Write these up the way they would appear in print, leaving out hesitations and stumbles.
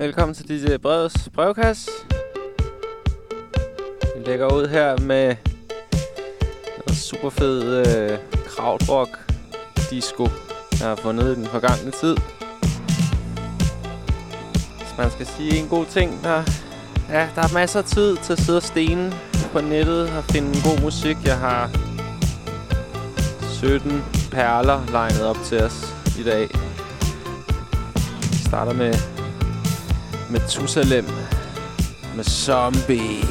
Velkommen til DJ Breds brevkasse. Vi lægger ud her med noget super fed krautrock disco, jeg har fundet i den forgangne tid. Hvis man skal sige en god ting, der er masser af tid til at sidde og stene på nettet og finde god musik. Jeg har 17 perler legnet op til os i dag. Vi starter med Methusalem med Zombie.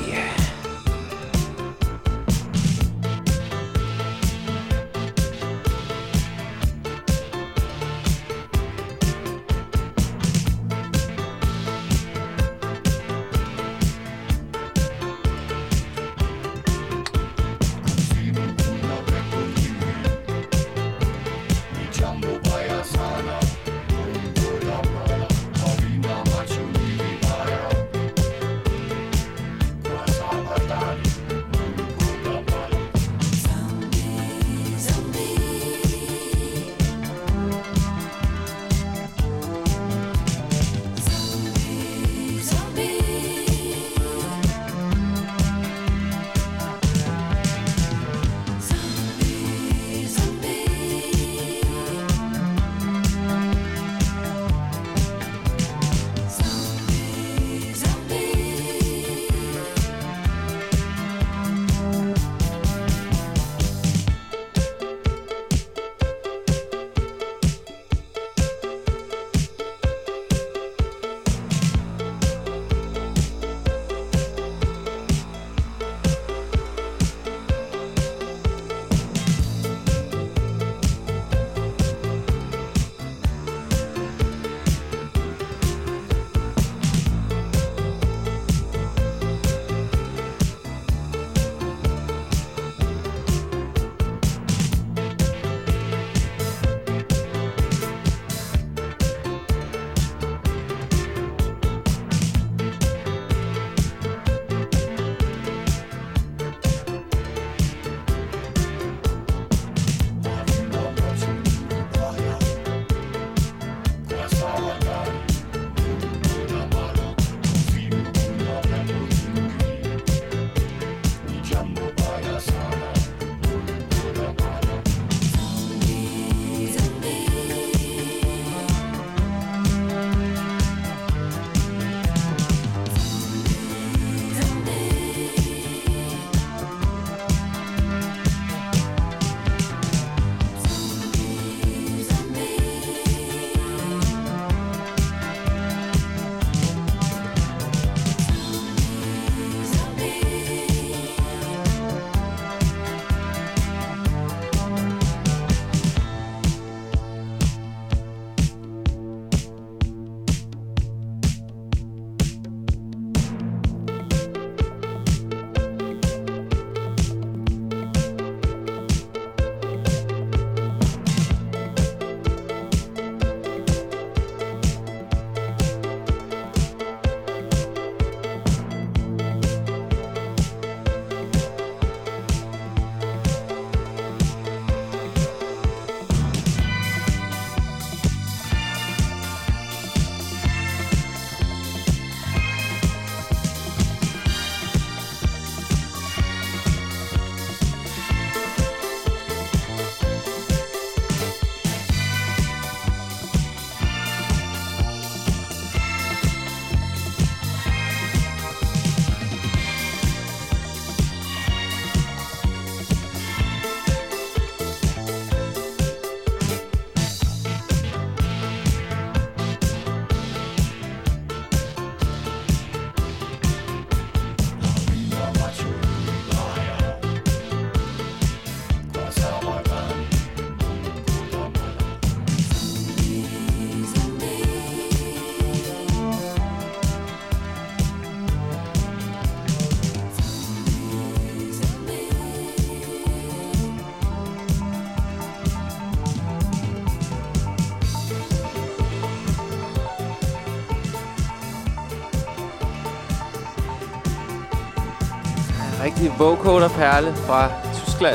Rigtig vocoder-perle fra Tyskland.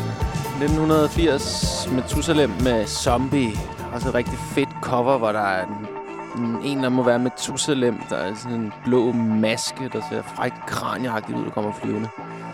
1980, Methusalem med Zombie. Også et rigtig fedt cover, hvor der er en En, der må være Methusalem. Der er sådan en blå maske, der ser frækt kranieagtigt ud, der kommer flyvende.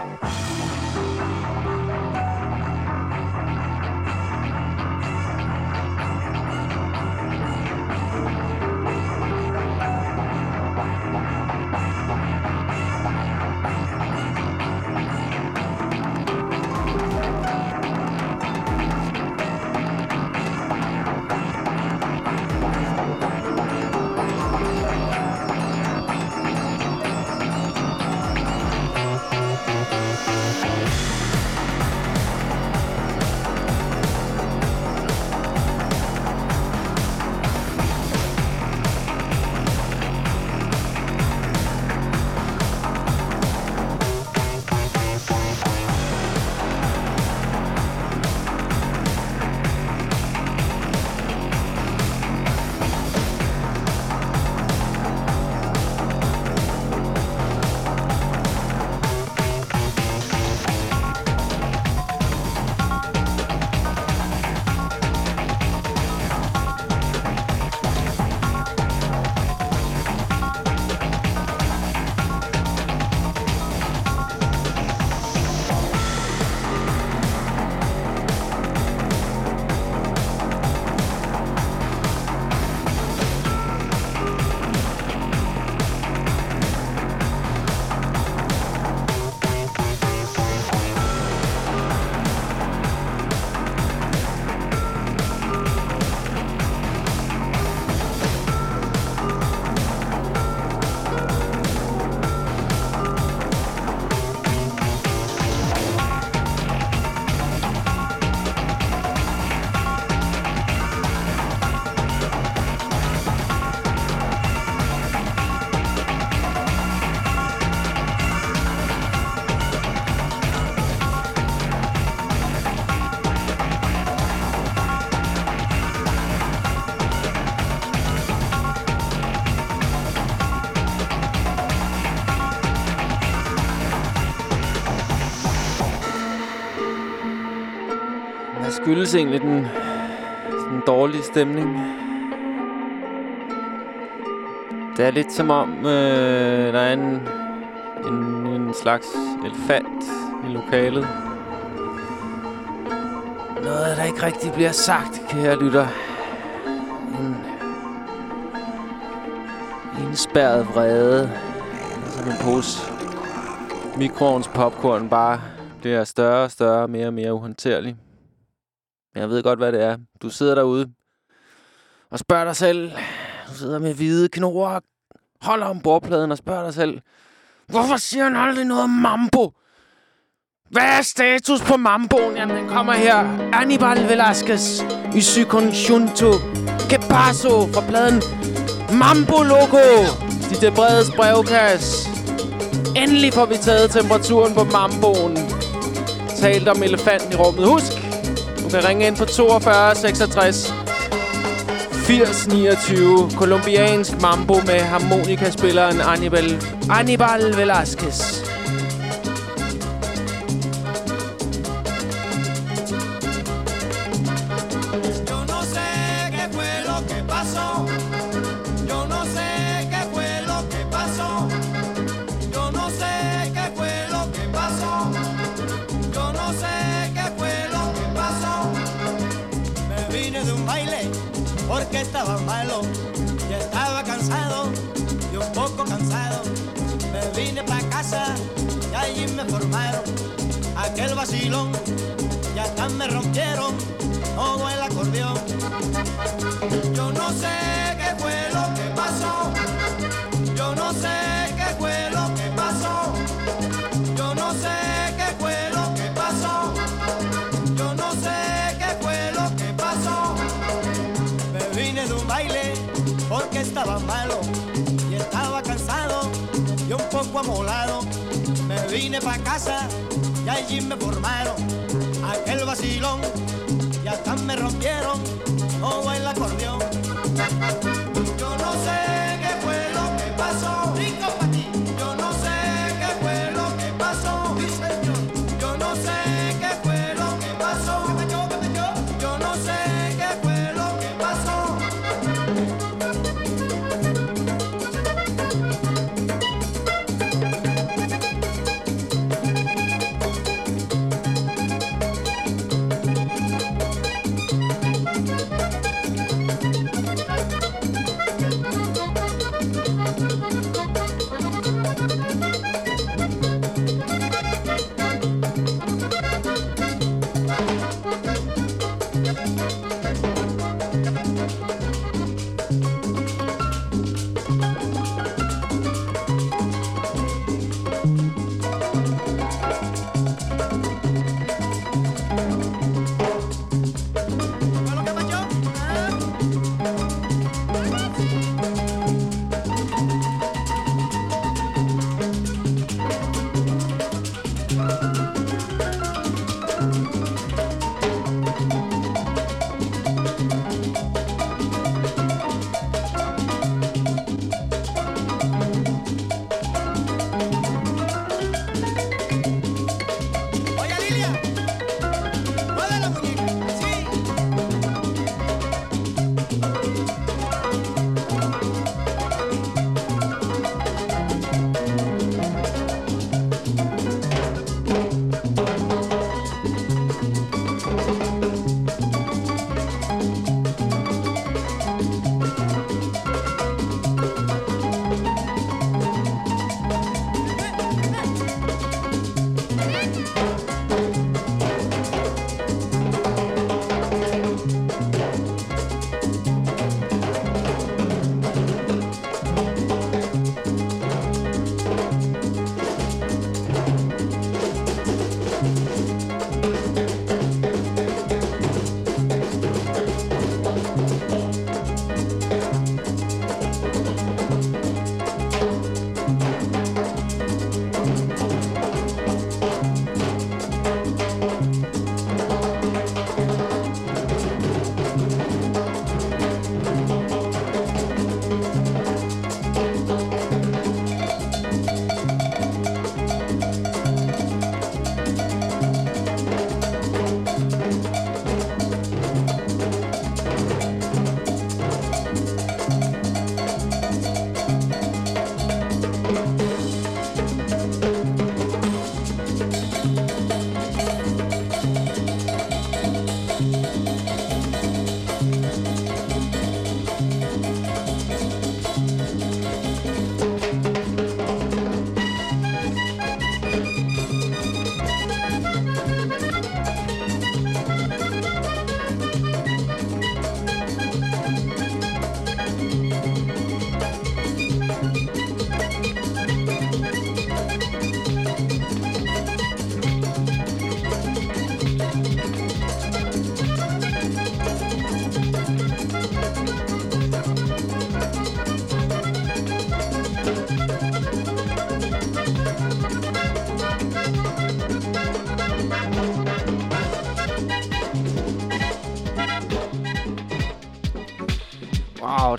Skyldes egentlig den dårlige stemning. Det er lidt som om, der er en slags elefant i lokalet. Noget, der ikke rigtig bliver sagt, kære lytter. En indspærret vrede. Som en pose mikroovns popcorn bare bliver større og større, mere og mere uhåndterlig. Jeg ved godt, hvad det er. Du sidder derude og spørger dig selv. Du sidder med hvide knurrer, holder om bordpladen og spørger dig selv. Hvorfor siger han aldrig noget om Mambo? Hvad er status på Mamboen? Jamen, den kommer her. Aníbal Velázquez i Su Conjunto. Que paso fra pladen Mambo Loco. De Debredes brevkasse. Endelig får vi taget temperaturen på Mamboen. Talt om elefanten i rummet. Husk! Du kan ringe ind på 42 66 80 29. Colombiansk mambo med harmonikaspilleren Aníbal Velázquez. Porque estaba malo y estaba cansado y un poco cansado. Me vine pa' casa y allí me formaron aquel vacilón y hasta me rompieron todo el acordeón. Yo no sé qué fue lo que pasó, yo no sé qué fue lo que pasó, yo no sé qué fue lo que pasó, yo no sé qué fue lo que pasó. Vine de un baile porque estaba malo y estaba cansado y un poco amolado. Me vine pa' casa y allí me formaron aquel vacilón y hasta me rompieron todo el acordeón. Yo no sé qué fue lo que pasó, rico pa' ti. Yo no sé qué fue lo que pasó, sí señor. Yo no sé qué fue lo que pasó, yo no sé qué fue lo que pasó.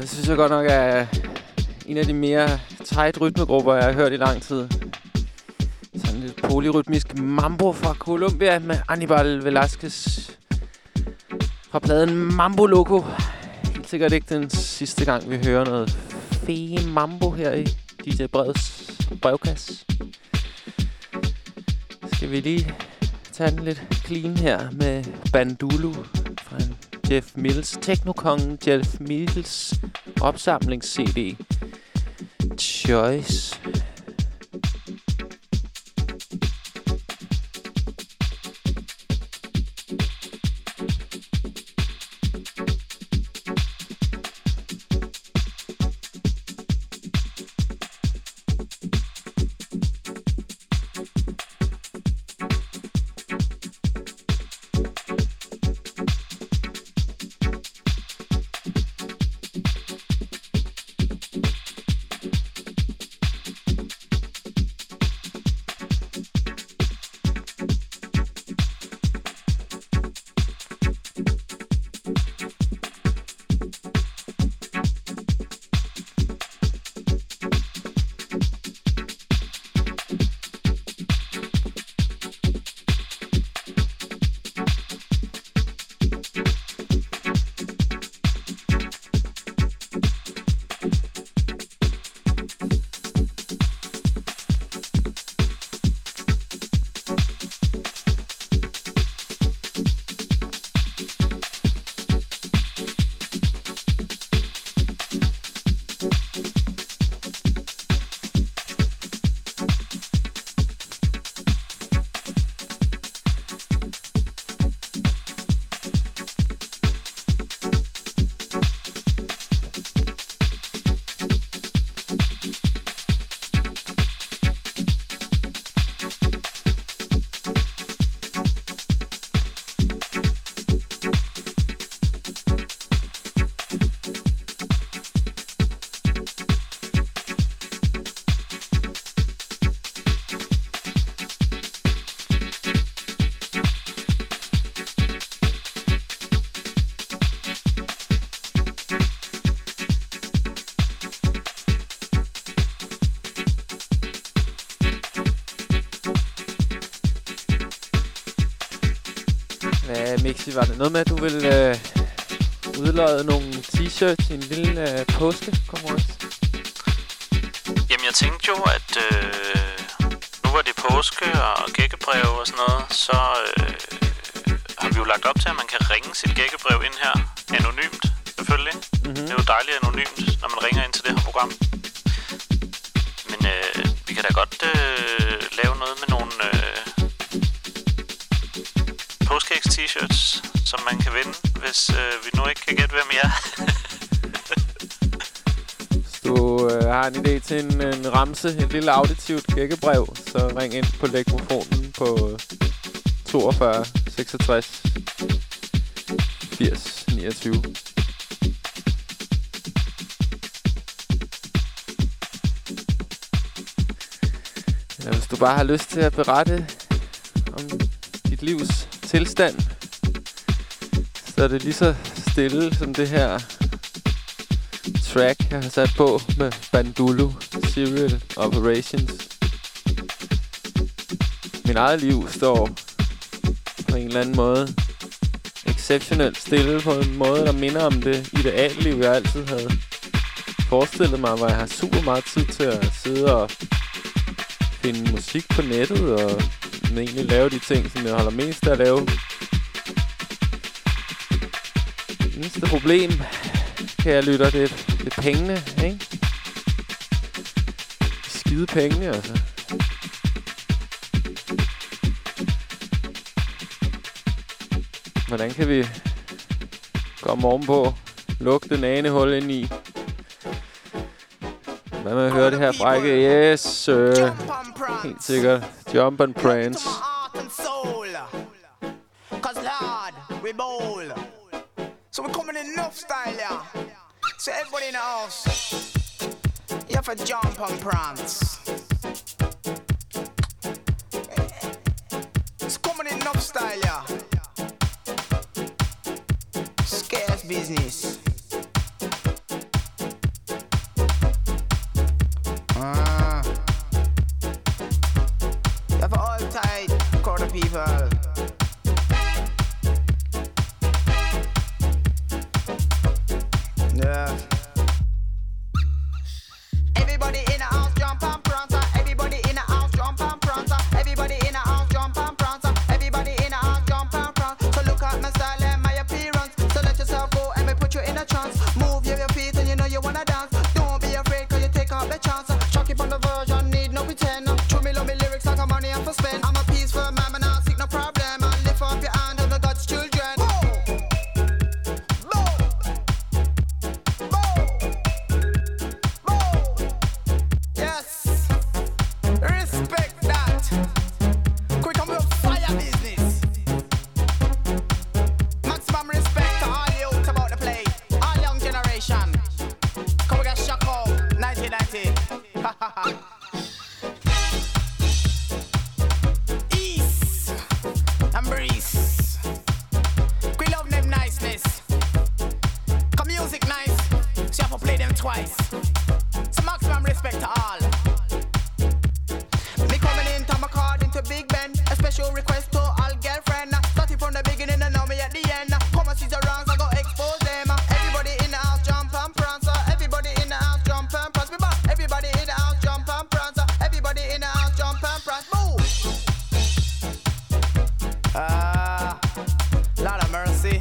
det synes jeg godt nok er en af de mere tight rytmegrupper, jeg har hørt i lang tid. Sådan lidt polyrytmisk mambo fra Colombia med Aníbal Velázquez fra pladen Mambo Loco. Helt sikkert ikke den sidste gang, vi hører noget fede mambo her i DJ Breds brevkasse. Skal vi lige tage den lidt clean her med Bandulu fra en Jeff Mills, teknokongen Jeff Mills opsamlings-CD Choice. Mixi, var det noget med, at du ville udløje nogle t-shirts i en lille påskekonkurrence? Jamen, jeg tænkte jo, at nu var det påske og gækkebrev og sådan noget, så har vi jo lagt op til, at man kan ringe sit gækkebrev ind her. Anonymt, selvfølgelig. Mm-hmm. Det er jo dejligt anonymt, når man ringer ind til det her program. Men vi kan da godt lave noget med nogle påskeks t-shirts, som man kan vinde, hvis vi nu ikke kan gætte, hvem I er. Hvis du har en idé til en ramse, et lille auditivt gækkebrev, så ring ind på lægmofonen på 42 66 80 29. Eller hvis du bare har lyst til at berette om dit livs tilstand, så er det lige så stille som det her track, jeg har sat på med Bandulu, Serial Operations. Min eget liv står på en eller anden måde exceptionelt stille på en måde, der minder om det idealliv, jeg altid havde forestillet mig, hvor jeg har super meget tid til at sidde og finde musik på nettet og egentlig lave de ting, som jeg holder mest af at lave. Det eneste problem, kan jeg lytte, det er pengene, ikke? Skide pengene, altså. Hvordan kan vi komme ovenpå, lukke den ane hul ind i? Hvad med at høre det her frække? Yes, helt sikkert. Jump and Prance. So we're coming in enough style, yeah. So everybody in the house, you have to jump and prance. It's coming in enough style, yeah. Scarce business. evil. Yeah. Everybody in the house jump and prance. Everybody in the house jump and prance. Everybody in the house jump and prance. Everybody in the house jump and prance. So look at my style and my appearance. So let yourself go and me put you in a trance. Move your feet and you know you wanna dance. Don't be afraid 'cause you take up the chance. Chuck it on the version, need no pretend. True me love me lyrics like a money I'm for spend. I'm a peaceful man, man, I seek no problem. I lift up your hand over God's children. Yes, respect that. Quick come with fire business. Maximum respect to all youth about the play. All young generation. Come we get shock out 1990. East and breeze. We love them niceness. Come music nice, so you have to play them twice. So maximum respect to all. Me coming in, time according to Big Ben. A special request to all girlfriend. Starting from the beginning and now me at the end. Come and see the rounds, I go expose them. Everybody in the house jump and prance. Everybody in the house jump and prance. Me back. Everybody in the house jump and prance. Everybody in the house jump and prance. Move. Lord of mercy.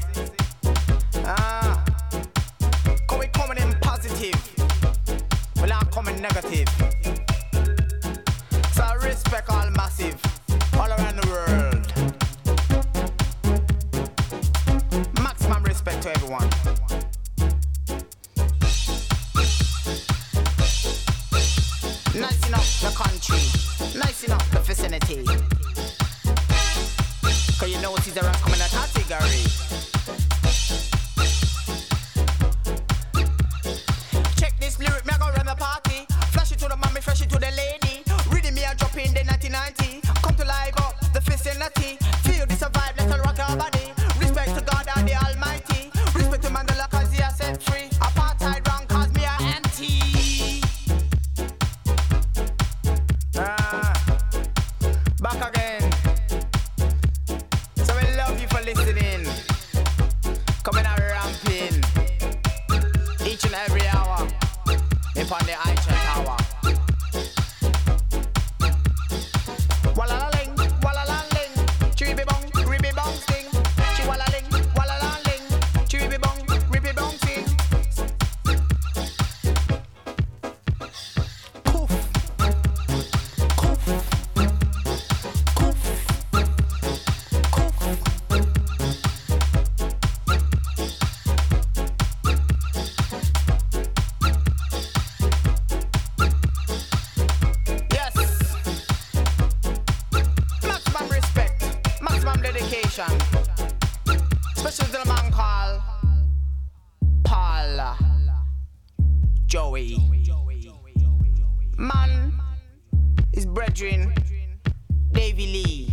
Cause we coming in positive. We not coming negative. So I respect all massive. All around the world. Maximum respect to everyone. Nice enough the country. Nice enough the vicinity. Cause you know Caesar has come in a category. Check this lyric, me I go run the party. Flash it to the mommy, flash it to the lady. Reading me a drop in the 1990. Come to live up the vicinity. Feel this a vibe, let's rock our body. Respect to God and the Almighty. Respect to Mandela cause he has set free. Apartheid wrong cause me a anti. Back again. So we love you for listening. Coming out ramping. Each and every hour. Upon the Eichel Tower. Walla-la-ling, walla-la-ling. Chiribibong, ribibong sting. Chiwalla-ling, walla-la-ling. Chiribibong, ribibong sting. Poof. Poof. Poof. Yes. Maximum respect, maximum dedication. Especially to the man called Paul Joey. Man is brethren Davy Lee.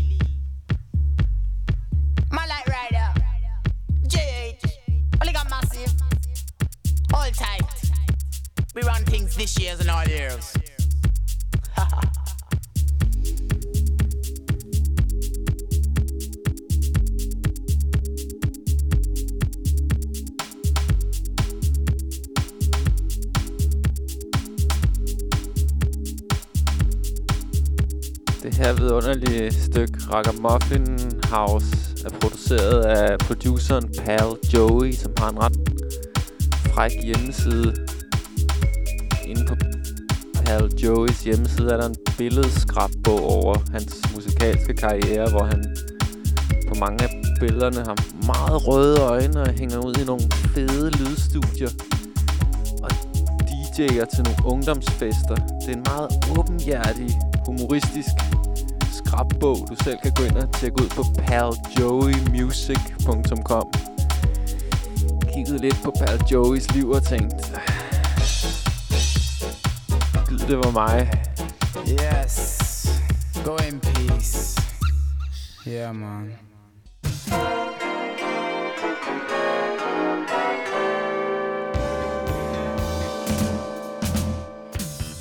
My light rider JH. Only got massive. All tight. We run things this year's and all years. Det her vidunderlige stykke Ragamuffin House er produceret af produceren Pal Joey, som har en ret fræk hjemmeside. Inde på Pal Joeys hjemmeside er der en billedskrapbog over hans musikalske karriere, hvor han på mange af billederne har meget røde øjne og hænger ud i nogle fede lydstudier og DJ'er til nogle ungdomsfester. Det er en meget åbenhjertig, humoristisk skrapbog, du selv kan gå ind og tjekke ud på paljoeymusic.com. Kiggede lidt på Pal Joeys liv og tænkte, gid det var mig. Yes. Go in peace. Yeah, man.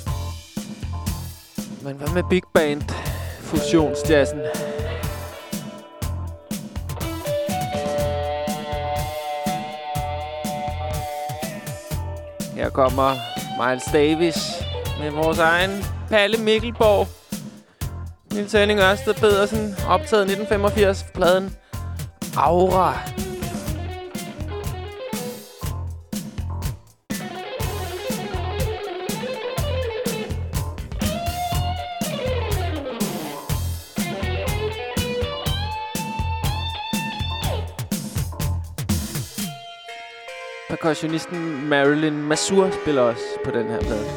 Men hvad med Big Band? Fusionsjazzen. Her kommer Miles Davis med vores egen Palle Mikkelborg. Niels Henning Ørsted Pedersen, optaget 1985, pladen Aura. Percussionisten Marilyn Masur spiller også på den her plade.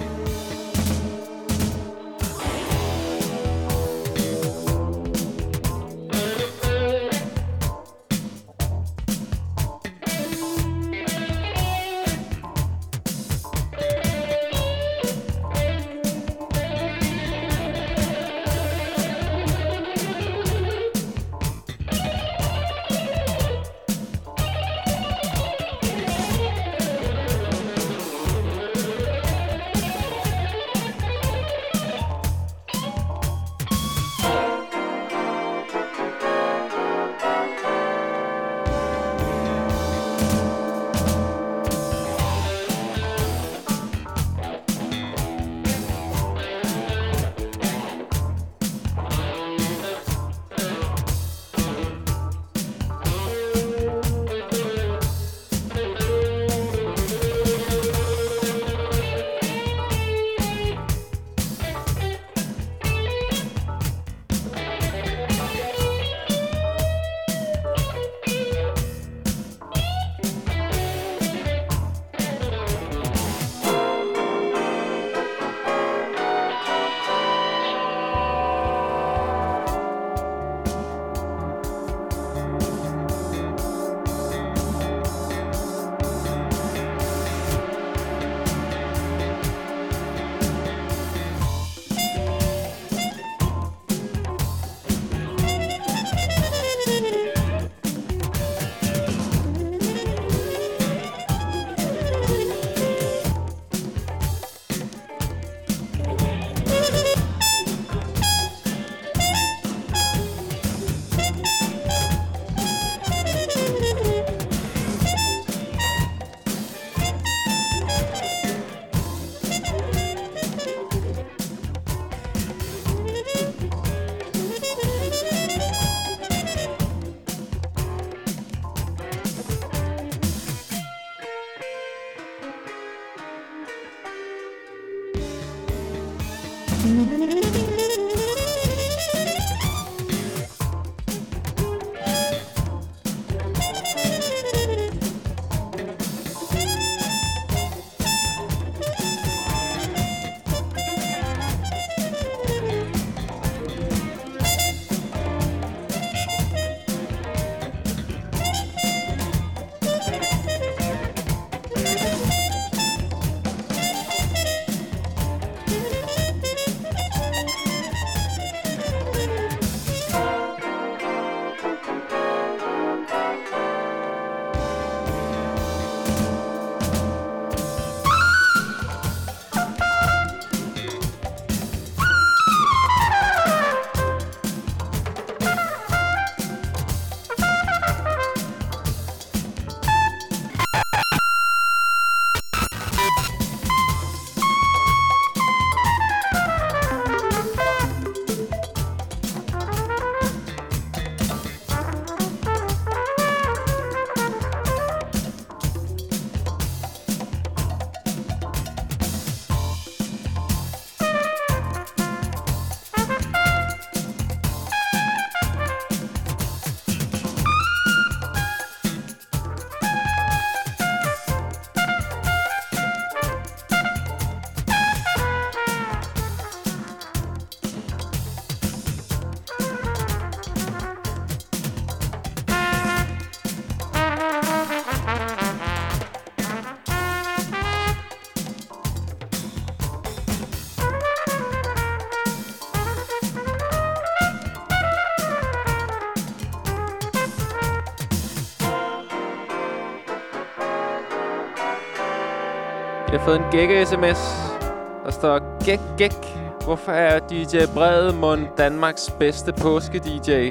Jeg har fået en gække-sms. Der står, gæk. Hvorfor er DJ Bredemund Danmarks bedste påske-DJ?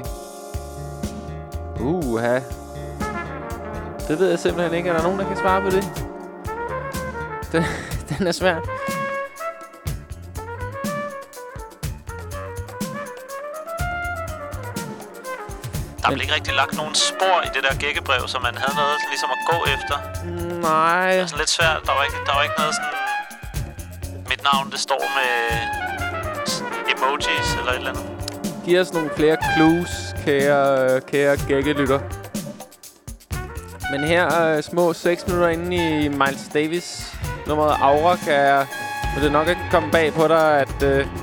Det ved jeg simpelthen ikke. Er der nogen, der kan svare på det? Den er svær. Der blev ikke rigtig lagt nogen spor i det der gækkebrev, så man havde noget ligesom at gå efter. Nej. Det var sådan lidt svært. Der var ikke noget sådan... Mit navn, det står med emojis eller et eller andet. Giv os nogle flere clues, kære gækkelytter. Men her små 6 minutter inde i Miles Davis nummeret Aura, må det nok ikke komme bag på dig, at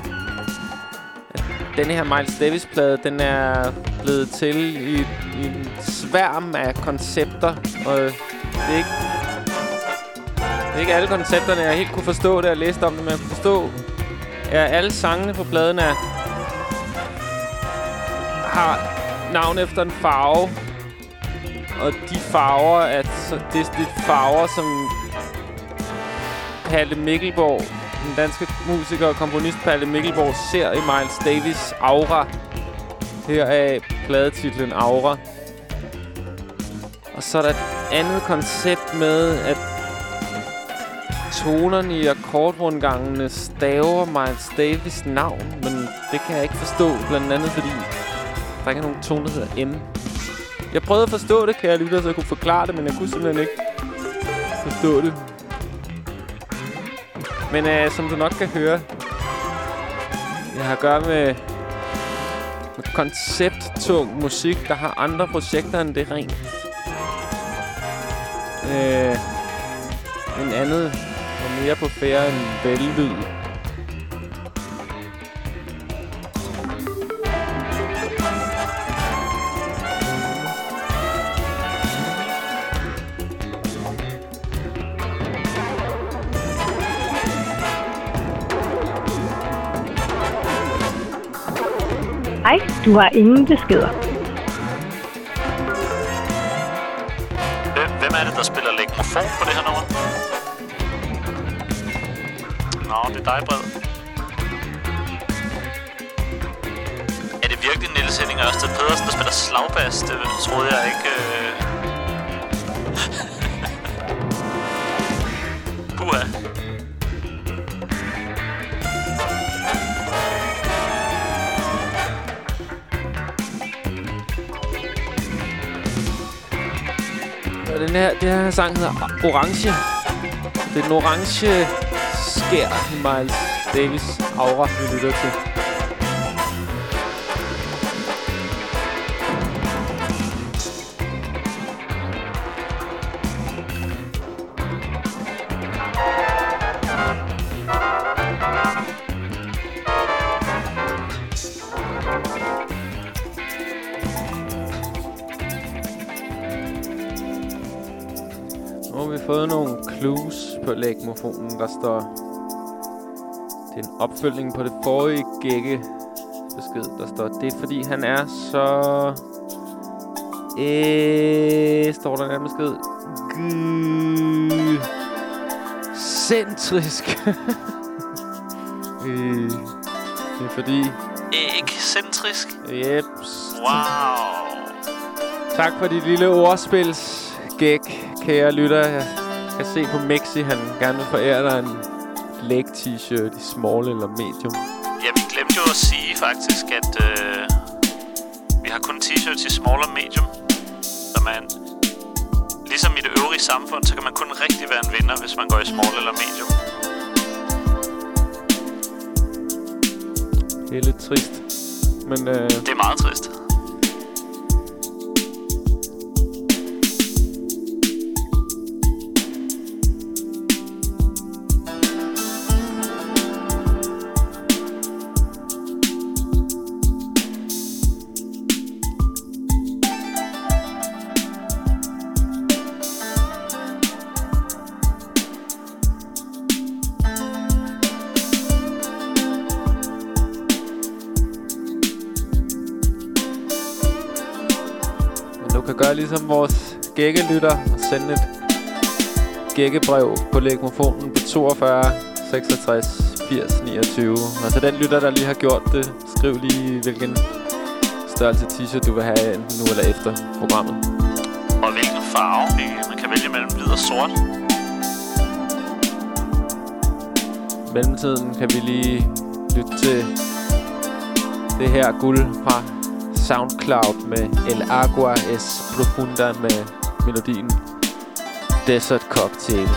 denne her Miles Davis-plade, den er blevet til i en sværm af koncepter. Og det er ikke alle koncepterne, jeg helt kunne forstå, da jeg læste om det, men jeg kunne forstå, at alle sangene på pladen har navn efter en farve. Og de farver det er farver, som Palle Mikkelborg, den danske musiker og komponist Palle Mikkelborg, ser i Miles Davis' Aura. Heraf pladetitlen Aura. Og så er der et andet koncept med, at tonerne i akkordrundgangene staver Miles Davis' navn, men det kan jeg ikke forstå, blandt andet fordi der ikke er nogen tone, der hedder M. Jeg prøvede at forstå det, kære lytter, så jeg kunne forklare det, men jeg kunne simpelthen ikke forstå det. Men som du nok kan høre, jeg har at gøre med koncepttung musik, der har andre projekter end det rent. En andet og mere på færre end vellyd. Hej, du har ingen beskeder. Hvem er det, der spiller legmofon på det her nummer? Nå, det er dig, Bred. Er det virkelig Niels Henning Ørsted Pedersen, der spiller slagbass? Det troede jeg ikke... Puha. Det her sang hedder Orange. Det er den orange skær i Miles Davis' Aura, vi lytter til. Fået nogle clues på lægmofonen, der står... Det er en opfølgning på det forrige gække-besked, der står... Det er fordi, han er så... står der en besked? Centrisk. Det er fordi... Ægcentrisk? Jeps. Wow. Tak for dit lille ordspils gæk, kære lytter. Jeg kan se på Mixi, han gerne vil forære dig en læg-t-shirt i small eller medium. Ja, vi glemte jo at sige faktisk, at vi har kun t-shirts i small og medium. Så man, ligesom i det øvrige samfund, så kan man kun rigtig være en vinder, hvis man går i small eller medium. Det er lidt trist, men... Det er meget trist. Gør ligesom vores gækkelytter og sende et gækkebrev på legmofonen på 42 66 80 29. Altså den lytter, der lige har gjort det, skriv lige hvilken størrelse t-shirt du vil have enten nu eller efter programmet. Og hvilken farve. Man kan vælge mellem hvid og sort. mellemtiden kan vi lige lytte til det her guld fra SoundCloud med El Agua es Profunda med melodien Desert Cocktail.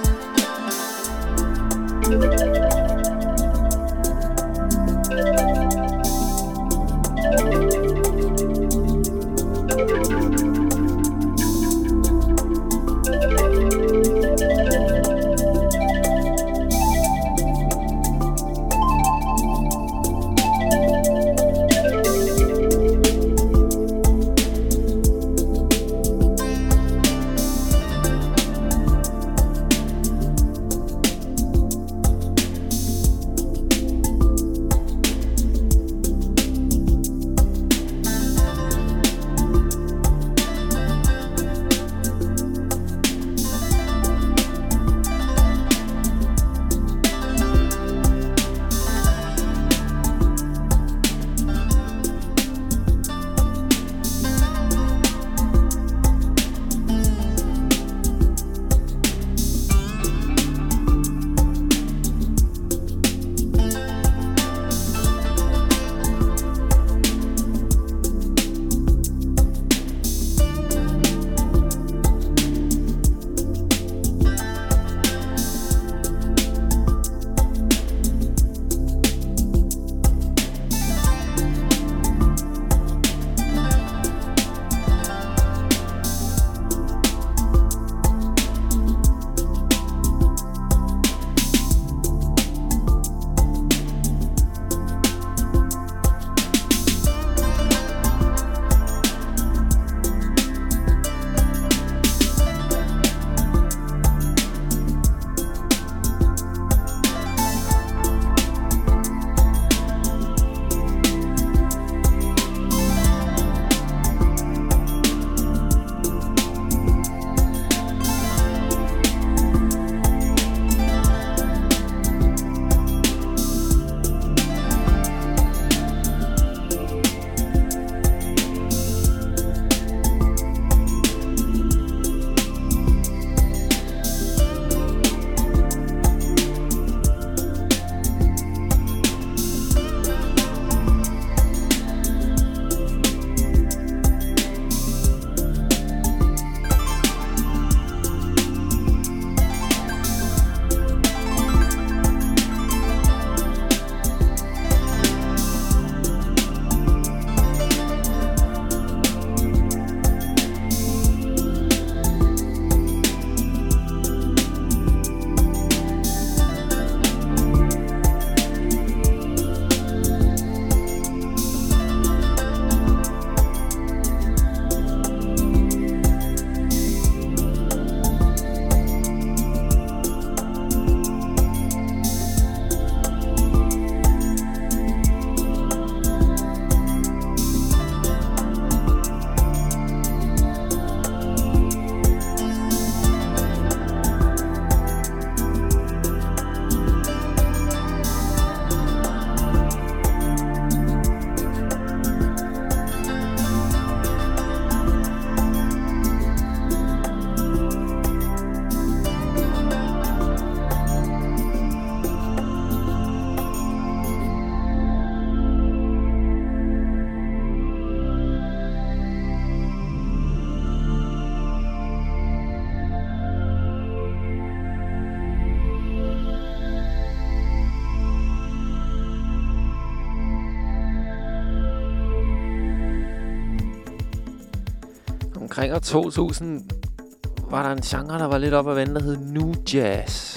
Omkring år 2000 var der en genre, der var lidt op at vende, der hed Nu Jazz.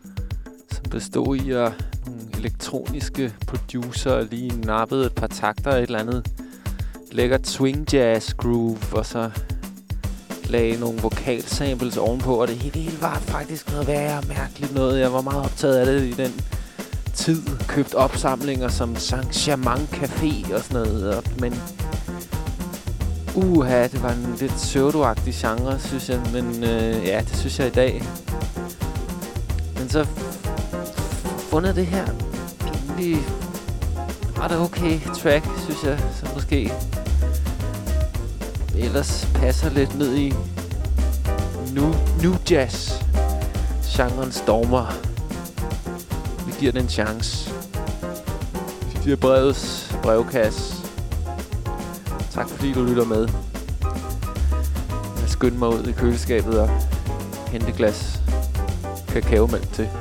Som bestod i, at nogle elektroniske producer lige nappede et par takter af et eller andet lækkert swing jazz groove, og så lagde nogle vokalsamples ovenpå, og det hele var faktisk noget værre mærkeligt noget. Jeg var meget optaget af det i den tid. Købt opsamlinger som Saint-Germain Café og sådan noget. Men det var en lidt pseudo-agtig genre, synes jeg. Men ja, det synes jeg i dag. Men så fundet det her egentlig ret okay track, synes jeg, som måske ellers passer lidt ned i nu jazz genren stormer. Vi giver det en chance. De giver brevkasse. Tak fordi du lytter med. Jeg skynder mig ud i køleskabet og hente glas kakaomælk til.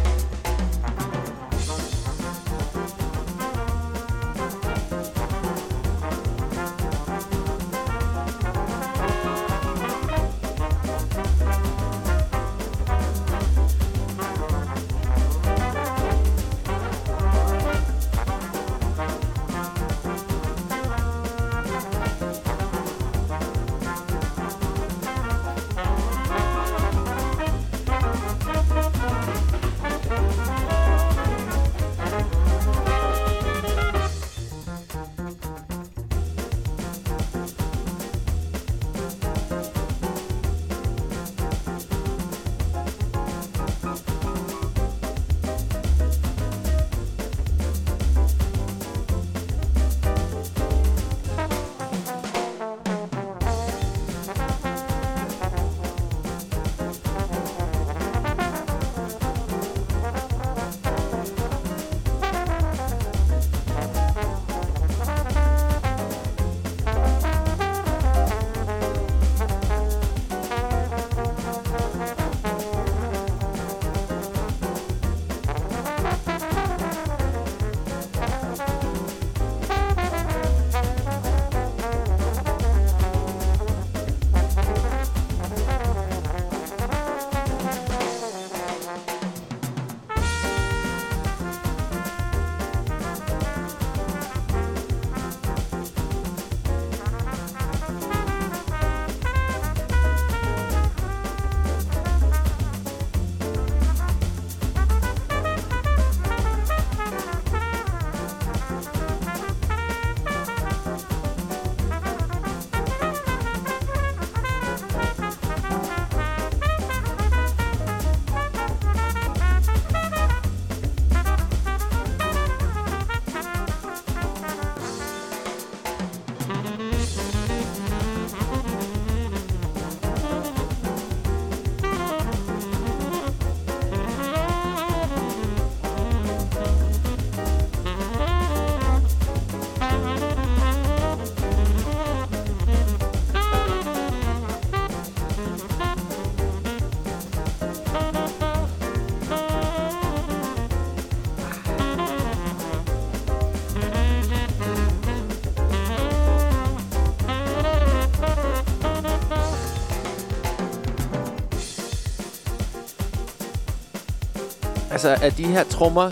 Altså, er de her trommer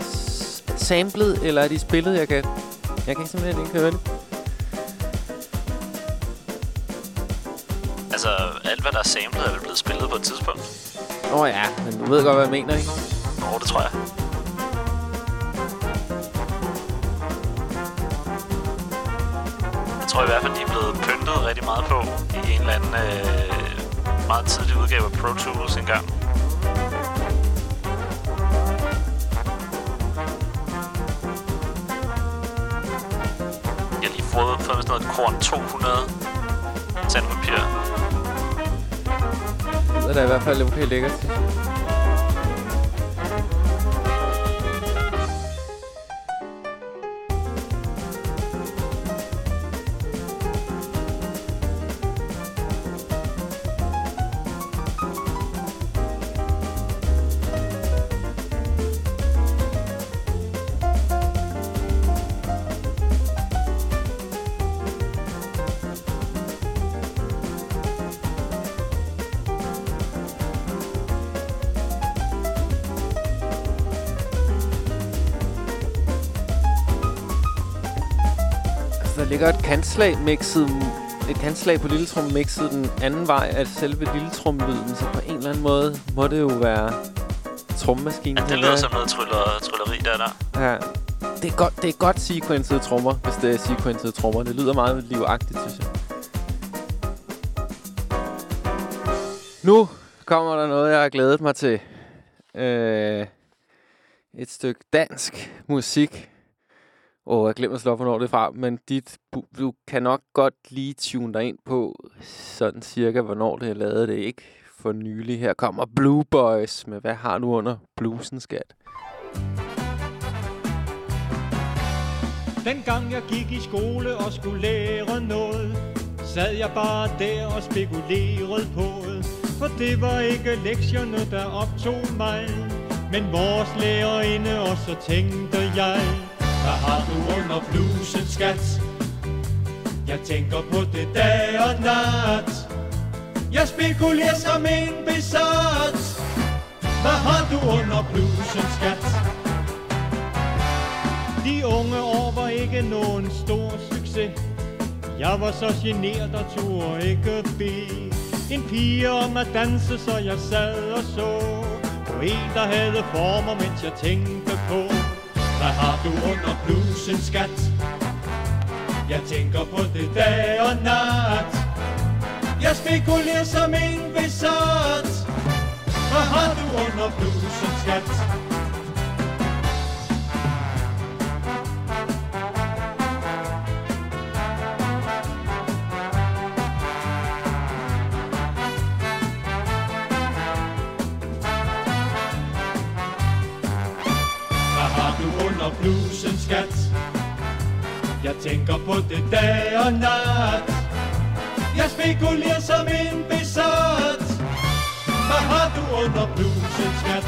samlet, eller er de spillet? Jeg kan simpelthen ikke høre det. Altså, alt hvad der er samlet, er vel blevet spillet på et tidspunkt? Ja, men du ved godt, hvad jeg mener, ikke? Nå, det tror jeg. Jeg tror i hvert fald, de er blevet pyntet rigtig meget på i en eller anden meget tidlig udgave af Pro Tools engang. Jeg har lige fået sådan noget Korn 200 sandpapir. Det er i hvert fald okay lækkert. Der ligger et kantslag på lilletrum mixet den anden vej af selve lilletrumlyden, så på en eller anden måde må det jo være trommemaskinen. Ja, det lyder som noget trylleri der. Ja, det er godt sequencede trommer, hvis det er sequencede trommer. Det lyder meget livagtigt, synes jeg. Nu kommer der noget, jeg har glædet mig til. Et stykke dansk musik. Jeg glemmer at slå, hvornår det er fra, men du kan nok godt lige tune dig ind på sådan cirka, hvornår det er lavet. Det er ikke for nylig. Her kommer Blue Boys med Hvad har du under blusen, skat? Dengang jeg gik i skole og skulle lære noget, sad jeg bare der og spekulerede på det. For det var ikke lektierne, der optog mig, men vores lærerinde, og så tænkte jeg: hvad har du under blusen, skat? Jeg tænker på det dag og nat. Jeg spekulerer som en besat. Hvad har du under blusen, skat? De unge år var ikke nogen stor succes. Jeg var så genert og turde ikke bede en pige om at danse, så jeg sad og så på en, der havde former, mens jeg tænkte på: hvad har du under blusen, skat? Jeg tænker på det dag og nat. Jeg spekulerer som en besat. Hvad har du under blusen, skat? Blusen, skat. Jeg tænker på det dag og nat. Jeg spekulerer som en besat. Hvad har du under blusen, skat?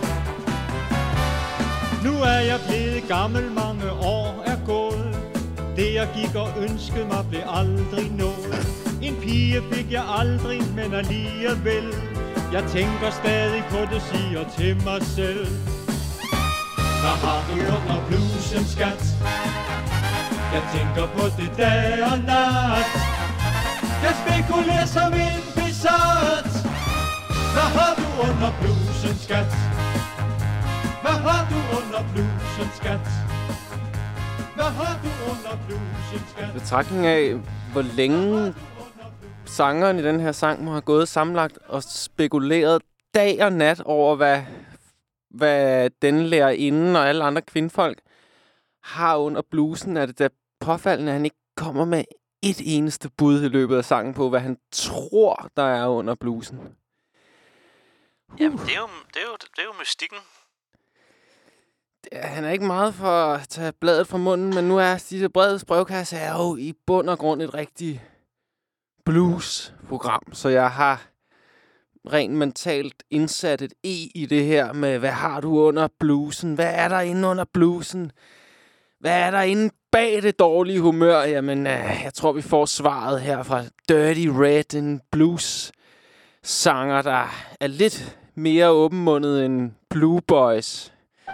Nu er jeg blevet gammel, mange år er gået. Det jeg gik og ønskede mig blev aldrig nået. En pige fik jeg aldrig, men alligevel. Jeg tænker stadig på det, siger til mig selv: hvad har du under blusen, skat? Jeg tænker på det dag og nat. Jeg spekulerer som en besat. Hvad har du under blusen, skat? Hvad har du under blusen, skat? Hvad har du under blusen, skat? Betragtning af, hvor længe sangeren i den her sang må have gået sammenlagt og spekuleret dag og nat over, hvad den lærerinde og alle andre kvindfolk har under blusen, er det da påfaldende, at han ikke kommer med et eneste bud i løbet af sangen på, hvad han tror, der er under blusen. Jamen, det er jo mystikken. Han er ikke meget for at tage bladet fra munden, men nu er Stisse Breds brevkasse er jo i bund og grund et rigtigt blues-program, så jeg har rent mentalt indsat et E i det her med, hvad har du under blusen? Hvad er der inde under blusen? Hvad er der inde bag det dårlige humør? Jamen, jeg tror, vi får svaret her fra Dirty Red, en blues-sanger, der er lidt mere åbenmundet end Blue Boys.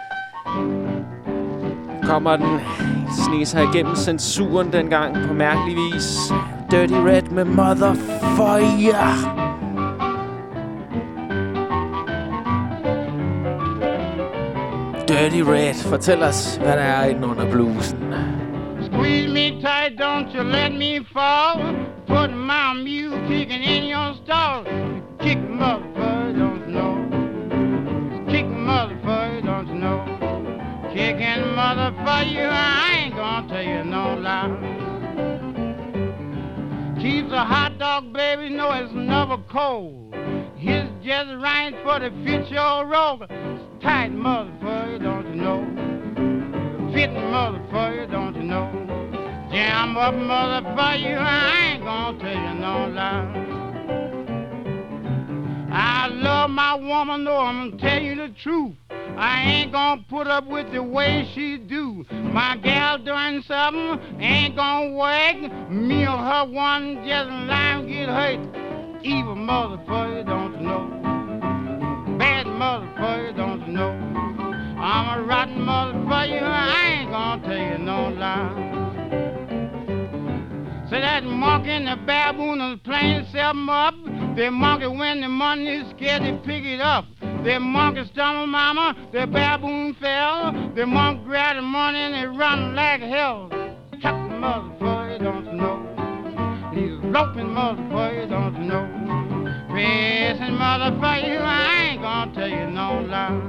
Kommer den sneser igennem censuren dengang på mærkelig vis. Dirty Red med Motherfire. Dirty Red, fortæl os, hvad der er inde under blusen. Squeeze me tight, don't you let me fall. Put my mule kicking in your stall. Kick motherfucker, don't you know? Kick motherfucker, don't you know? Kicking motherfucker, I ain't gonna tell you no lie. Keeps a hot dog, baby, know it's never cold. He's just right for the fit your roll. Tight motherfucker, don't you know? Fitting motherfucker, don't you know? Jam up motherfucker, I ain't gonna tell you no lie. I love my woman, though I'm gonna tell you the truth. I ain't gonna put up with the way she do. My gal doing something, ain't gonna wag. Me or her one just line get hurt. Evil motherfucker, don't you know? Bad motherfucker, don't you know? I'm a rotten motherfucker, I ain't gonna tell you no lie. So that monkey and the baboon is playing something up. The monkey when the money is scared to pick it up. The monkey stumbled mama, the baboon fell. The monkey grabbed the money and they run like hell. Chuck the motherfucker, don't you know? He's roping motherfucker, don't you know? Pressing motherfucker, I ain't gonna tell you no lie.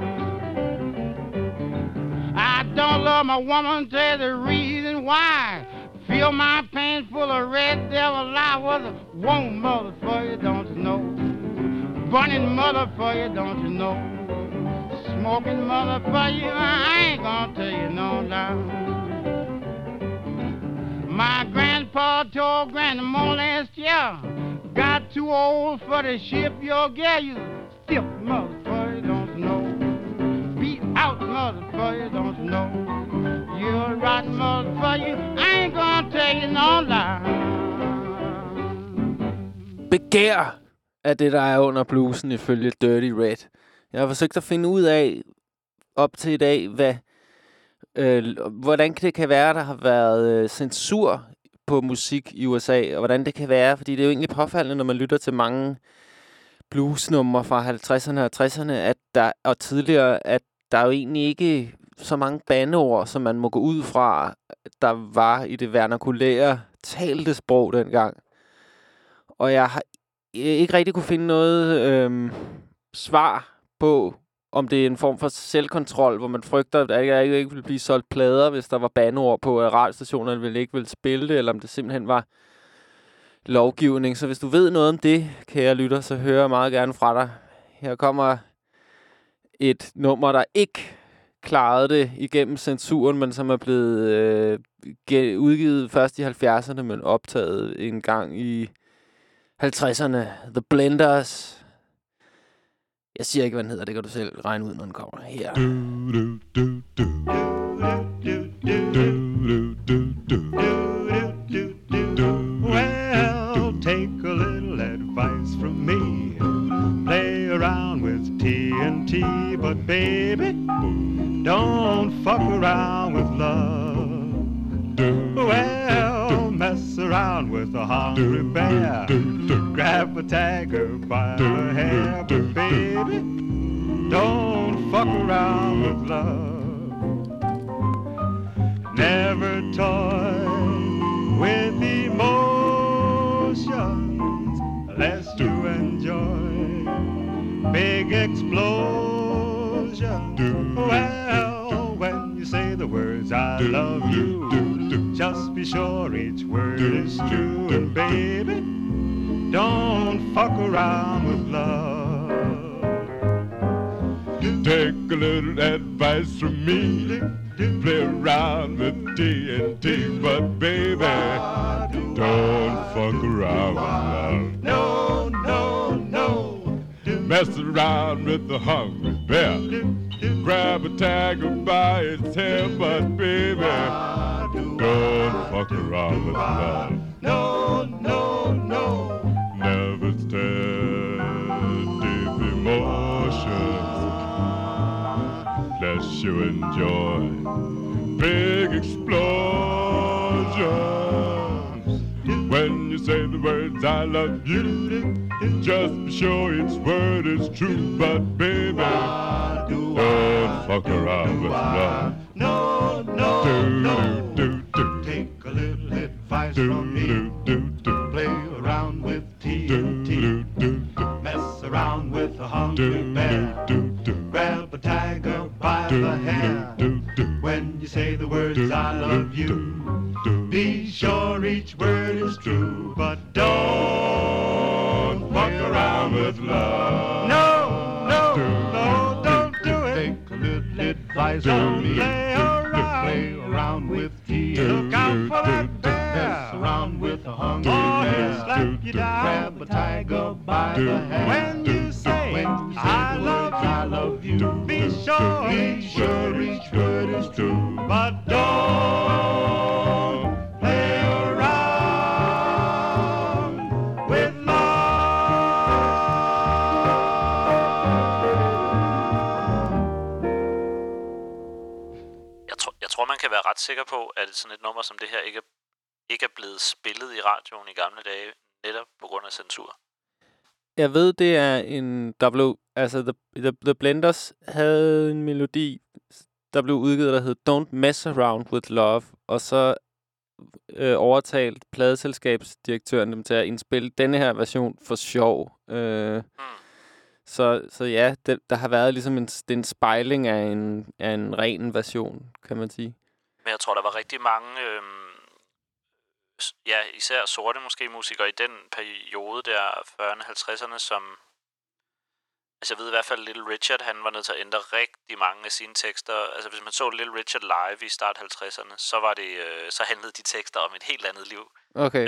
I don't love my woman, tell the reason why. Feel my pants full of red devil I was a warm motherfucker, don't you know? Burning motherfucker, don't you know? Smoking motherfucker, I ain't gonna tell you no lie. mother told grandma last year, got too old for the ship your gal. You stiff motherfucker, don't know. Beat out motherfucker, you don't know. You're a rotten motherfucker, I ain't gonna tell you no lie. Begær er det, der er under bluesen ifølge Dirty Red. Jeg har forsøgt at finde ud af op til i dag, hvordan det kan være, der har været censur på musik i USA, og hvordan det kan være, fordi det er jo egentlig påfaldende, når man lytter til mange bluesnumre fra 50'erne og 60'erne, og tidligere, at der er jo egentlig ikke så mange bandeord, som man må gå ud fra, der var i det vernakulære talte sprog dengang. Og jeg har ikke rigtig kunne finde noget svar på, om det er en form for selvkontrol, hvor man frygter, at der ikke vil blive solgt plader, hvis der var bandeord på, at radiostationerne ville ikke vil spille det, eller om det simpelthen var lovgivning. Så hvis du ved noget om det, kære lytter, så hører jeg meget gerne fra dig. Her kommer et nummer, der ikke klarede det igennem censuren, men som er blevet udgivet først i 70'erne, men optaget en gang i 50'erne. The Blenders. Jeg siger ikke, hvad den hedder. Det kan du selv regne ud, når den kommer her. Well, take a little advice from me. Play around with TNT, but baby, don't fuck around with love. Well, mess around with a hungry bear. Grab a tiger by the hair, but baby, don't fuck around with love. Never toy with emotions, lest you enjoy big explosions. Well, when you say the words I love you, just be sure each word is true. And baby, don't fuck around with love. Take a little advice from me. Play around with TNT, but baby, don't fuck around with love. No, no, no. Mess around with the hungry bear. Grab a tiger by its hair, but baby, don't fuck around with love. No, no, no. Never stand deep emotions, lest you enjoy big explosions. When you say the words I love you, just be sure each word is true. But baby, don't fuck around with love. No, no, no. Take a little advice from me. Play around with TNT. Mess around with a hungry bear. Grab a tiger by the hair. When you say the words I love you, be sure each word is true. But don't fuck around with love. No, no, no, don't do it. Take a little advice from me. Play around with TNT. Look out for that bear. Mess around with a hungry bear. Slap you down. Grab a tiger by the hair. When you say I love you, be sure each word is true. But don't play around with Jeg tror, man kan være ret sikker på, at sådan et nummer som det her ikke er blevet spillet i radioen i gamle dage, netop på grund af censur. Jeg ved, det er en... Der blev, altså, The Blenders havde en melodi, der blev udgivet, der hed Don't Mess Around With Love, og så overtalt pladeselskabsdirektøren dem til at indspille denne her version for sjov. Så ja, der har været ligesom en spejling af en ren version, kan man sige. Men jeg tror, der var rigtig mange, især sorte måske musikere i den periode der, 40'erne, 50'erne, som... Altså jeg ved i hvert fald, Little Richard, han var nødt til at ændre rigtig mange af sine tekster. Altså hvis man så Little Richard live i start 50'erne, så handlede de tekster om et helt andet liv. Okay.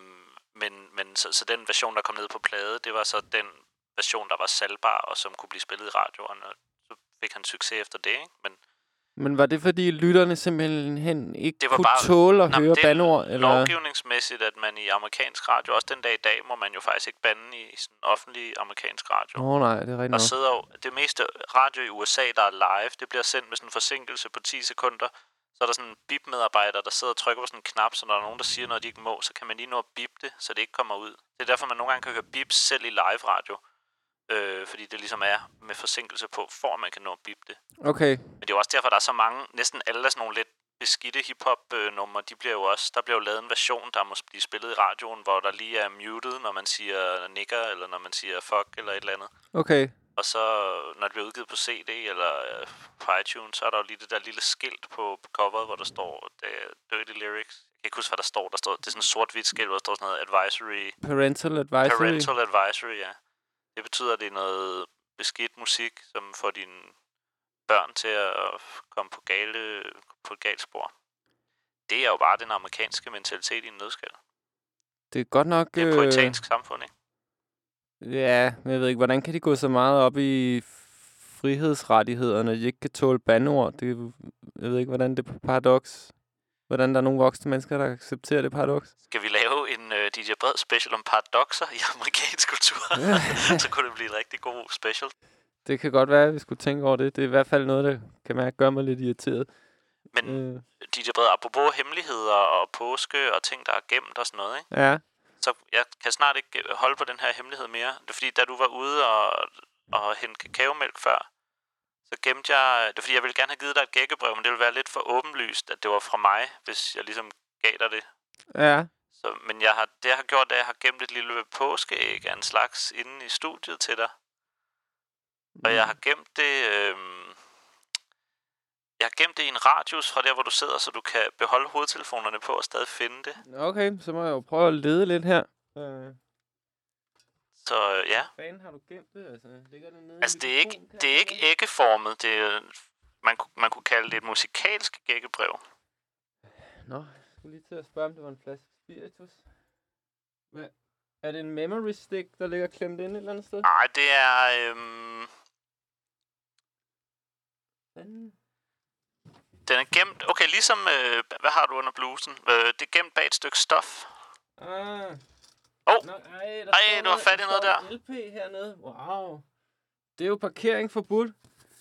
Men så den version, der kom ned på plade, det var så den version, der var salgbar, og som kunne blive spillet i radioen, og så fik han succes efter det, ikke? Men var det, fordi lytterne simpelthen ikke Det var kunne bare- tåle at Nå, men høre det er bandeord? Eller? lovgivningsmæssigt, at man i amerikansk radio, også den dag i dag, må man jo faktisk ikke bande i sådan offentlig amerikansk radio. Nej, det er rigtigt Og nok. sidder jo, det meste radio i USA, der er live, det bliver sendt med sådan en forsinkelse på 10 sekunder. Så er der sådan en bip-medarbejder, der sidder og trykker på sådan en knap, så når der er nogen, der siger noget, de ikke må, så kan man lige nå at bip det, så det ikke kommer ud. Det er derfor, man nogle gange kan høre bips selv i live radio. Fordi det ligesom er med forsinkelse på, for at man kan nå at bip det. Okay. Men det er jo også derfor, der er så mange, næsten alle er sådan nogle lidt beskidte hiphop-numre, de bliver jo også, der bliver jo lavet en version, der må blive spillet i radioen, hvor der lige er muted, når man siger nigger, eller når man siger fuck, eller et eller andet. Okay. Og så, når det bliver udgivet på CD eller på iTunes, så er der jo lige det der lille skilt på coveret, hvor der står Dirty Lyrics. Jeg kan ikke huske, hvad der står. Det er sådan en sort-hvidt skilt, hvor der står sådan noget advisory. Parental advisory. Ja. Det betyder, at det er noget beskidt musik, som får dine børn til at komme på et galt spor. Det er jo bare den amerikanske mentalitet i en nødskal. Det er godt nok... Det er puritansk samfund, ikke? Ja, men jeg ved ikke, hvordan kan de gå så meget op i frihedsrettigheder, når de ikke kan tåle bandeord? Jeg ved ikke, hvordan det er paradoks. Hvordan der er nogle voksne mennesker, der accepterer det paradoks. Skal vi lave en DJ Bred special om paradoxer i amerikansk kultur? Så kunne det blive et rigtig god special. Det kan godt være, at vi skulle tænke over det. Det er i hvert fald noget, der kan mærke gør mig lidt irriteret. Men DJ Bred, apropos hemmeligheder og påske og ting, der er gemt og sådan noget, ikke? Ja. Så jeg kan snart ikke holde på den her hemmelighed mere. Det er fordi, da du var ude og hente kakaomælk før, så gemte jeg... Det er fordi, jeg ville gerne have givet dig et gækkebrev, men det ville være lidt for åbenlyst, at det var fra mig, hvis jeg ligesom gav dig det. Ja. Men det jeg har gjort, det er, at jeg har gemt et lille påskeæg af en slags inde i studiet til dig. Og jeg har gemt det... Jeg har gemt det i en radius fra der, hvor du sidder, så du kan beholde hovedtelefonerne på og stadig finde det. Okay, så må jeg jo prøve at lede lidt her. Så ja. Hvad fanden har du gemt det? Altså, ligger det nede Altså, det er ikke æggeformet. Det er, man kunne kalde det et musikalsk gækkebrev. Nå, jeg skulle lige til at spørge, om det var en flaske spiritus. Hvad? Er det en memory stick, der ligger klemt inde et eller andet sted? Nej, det er... Den er gemt... Okay, ligesom... hvad har du under blusen? Det er gemt bag et stykke stof. Ah. Ej, du har fat i noget der. LP hernede. Wow. Det er jo parkering forbudt.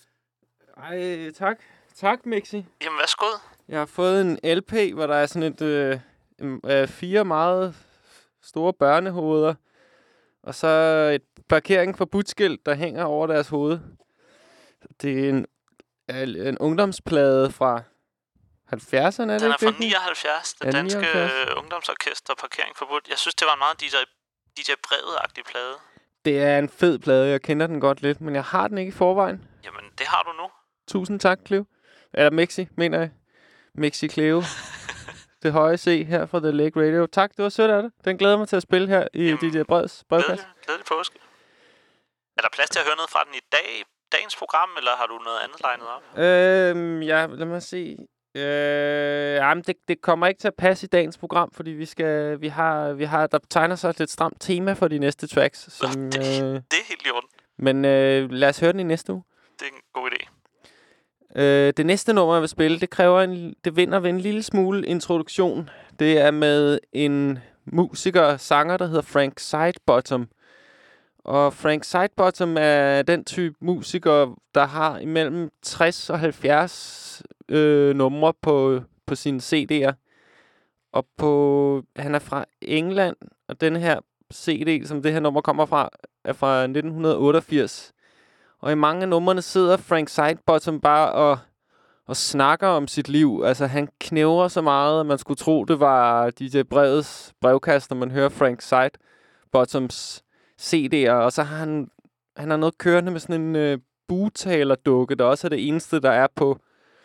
Ej, tak. Tak, Mixi. Jamen, værsgo. Jeg har fået en LP, hvor der er sådan et 4 meget store børnehoveder. Og så et parkering forbudt-skilt, der hænger over deres hoved. Det er en ungdomsplade fra 70'erne, er det Den er ikke fra det? 79, det danske 79. ungdomsorkester, parkering forbudt. Jeg synes, det var en meget DJ Brevet-agtig plade. Det er en fed plade, jeg kender den godt lidt, men jeg har den ikke i forvejen. Jamen, det har du nu. Tusind tak, Cleo. Eller Mixi, mener jeg. Mixi Cleo. Det høje C her fra The Lake Radio. Tak, det var sødt af dig. Den glæder mig til at spille her i DJ Breds brevkasse. Glædelig påske. Er der plads til at høre noget fra den i dagens program, eller har du noget andet legnet op? Ja, lad mig se. Jamen, det kommer ikke til at passe i dagens program, fordi vi har der tegner sig et lidt stramt tema for de næste tracks. Som, det er helt i orden. Men lad os høre den i næste uge. Det er en god idé. Det næste nummer, jeg vil spille, det vinder ved en lille smule introduktion. Det er med en sanger, der hedder Frank Sidebottom. Og Frank Sidebottom er den type musiker, der har imellem 60 og 70 numre på sine CD'er. Og han er fra England, og den her CD, som det her nummer kommer fra, er fra 1988. Og i mange af numrene sidder Frank Sidebottom bare og snakker om sit liv. Altså, han knæver så meget, at man skulle tro, det var DJ Breds brevkast, når man hører Frank Sidebottoms CD'er. Og så har han har noget kørende med sådan en bugtalerdukke, der også er det eneste, der er på